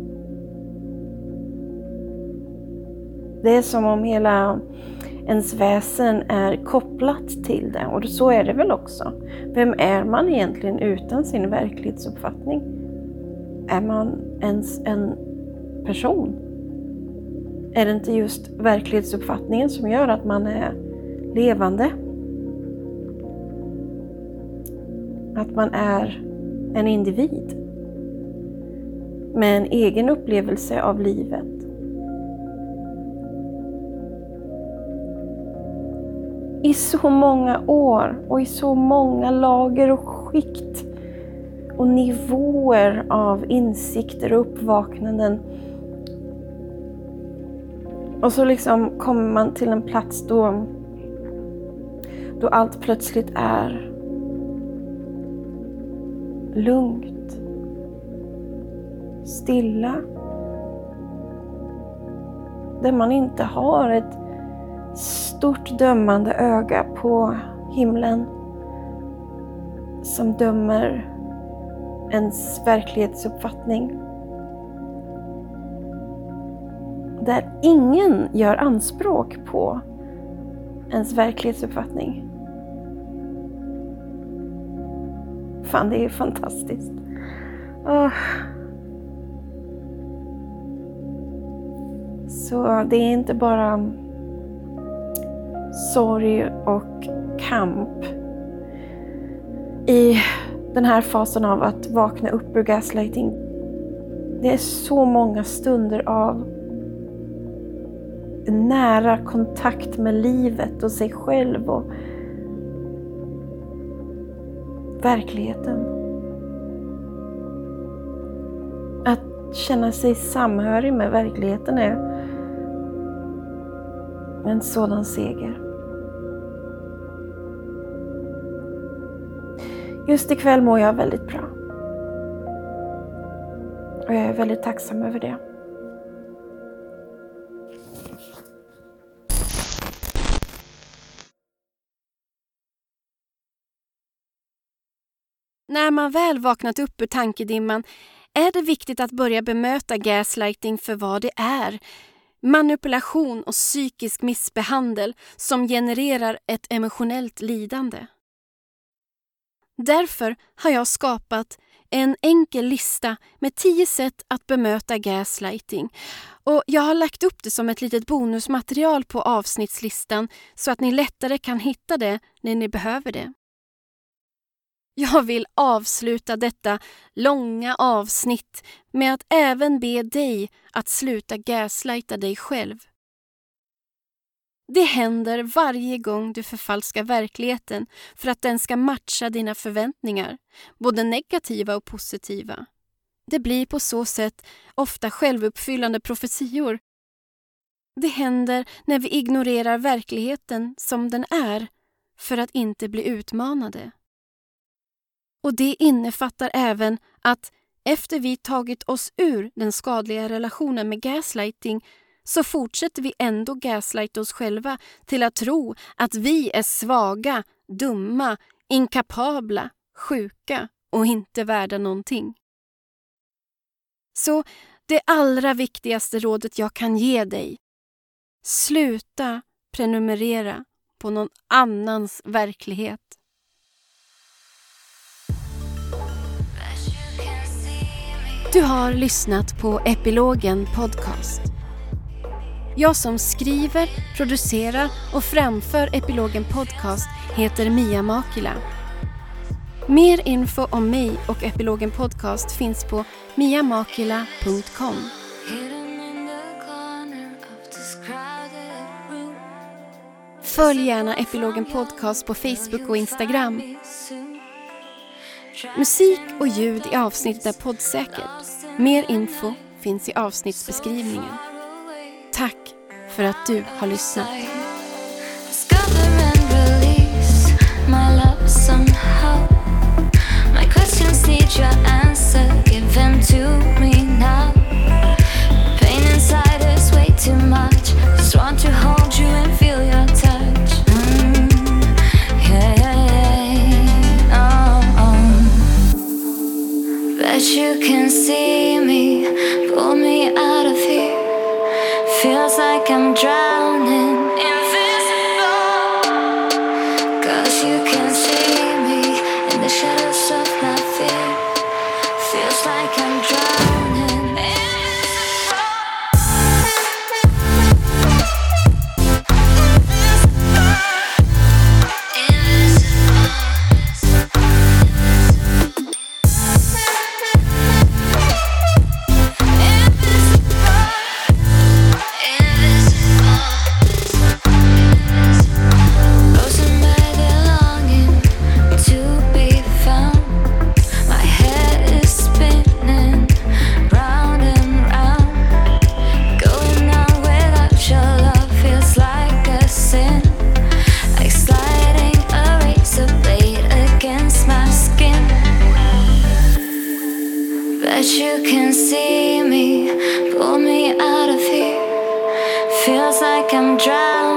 Det är som om hela ens väsen är kopplat till det. Och så är det väl också. Vem är man egentligen utan sin verklighetsuppfattning? Är man ens en person? Är det inte just verklighetsuppfattningen som gör att man är levande? Att man är en individ med en egen upplevelse av livet. I så många år och i så många lager och skikt och nivåer av insikter och uppvaknanden. Och så liksom kommer man till en plats då, då allt plötsligt är lugnt, stilla. Där man inte har ett stort dömande öga på himlen som dömer ens verklighetsuppfattning. Där ingen gör anspråk på ens verklighetsuppfattning. Fan, det är fantastiskt. Oh. Så det är inte bara sorg och kamp i den här fasen av att vakna upp ur gaslighting. Det är så många stunder av nära kontakt med livet och sig själv och verkligheten. Att känna sig samhörig med verkligheten är en sådan seger. Just ikväll mår jag väldigt bra. Och jag är väldigt tacksam över det. När man väl vaknat upp ur tankedimman är det viktigt att börja bemöta gaslighting för vad det är. manipulation och psykisk missbehandel som genererar ett emotionellt lidande. Därför har jag skapat en enkel lista med tio sätt att bemöta gaslighting, och jag har lagt upp det som ett litet bonusmaterial på avsnittslistan så att ni lättare kan hitta det när ni behöver det. Jag vill avsluta detta långa avsnitt med att även be dig att sluta gaslighta dig själv. Det händer varje gång du förfalskar verkligheten för att den ska matcha dina förväntningar, både negativa och positiva. Det blir på så sätt ofta självuppfyllande profetior. Det händer när vi ignorerar verkligheten som den är för att inte bli utmanade. Och det innefattar även att efter vi tagit oss ur den skadliga relationen med gaslighting så fortsätter vi ändå gaslighta oss själva till att tro att vi är svaga, dumma, inkapabla, sjuka och inte värda någonting. Så det allra viktigaste rådet jag kan ge dig: sluta prenumerera på någon annans verklighet. Du har lyssnat på Epilogen podcast. Jag som skriver, producerar och framför Epilogen podcast heter Mia Makila. Mer info om mig och Epilogen podcast finns på mia makila punkt com. Följ gärna Epilogen podcast på Facebook och Instagram. Musik och ljud i avsnittet är poddsäkert. Mer info finns i avsnittsbeskrivningen. Tack för att du har lyssnat. You can see me, pull me out of here. Feels like I'm drowning, invisible. Cause you can see me in the shadows of my fear. Feels like I'm drowning, you can see me, pull me out of here. Feels like I'm drowning.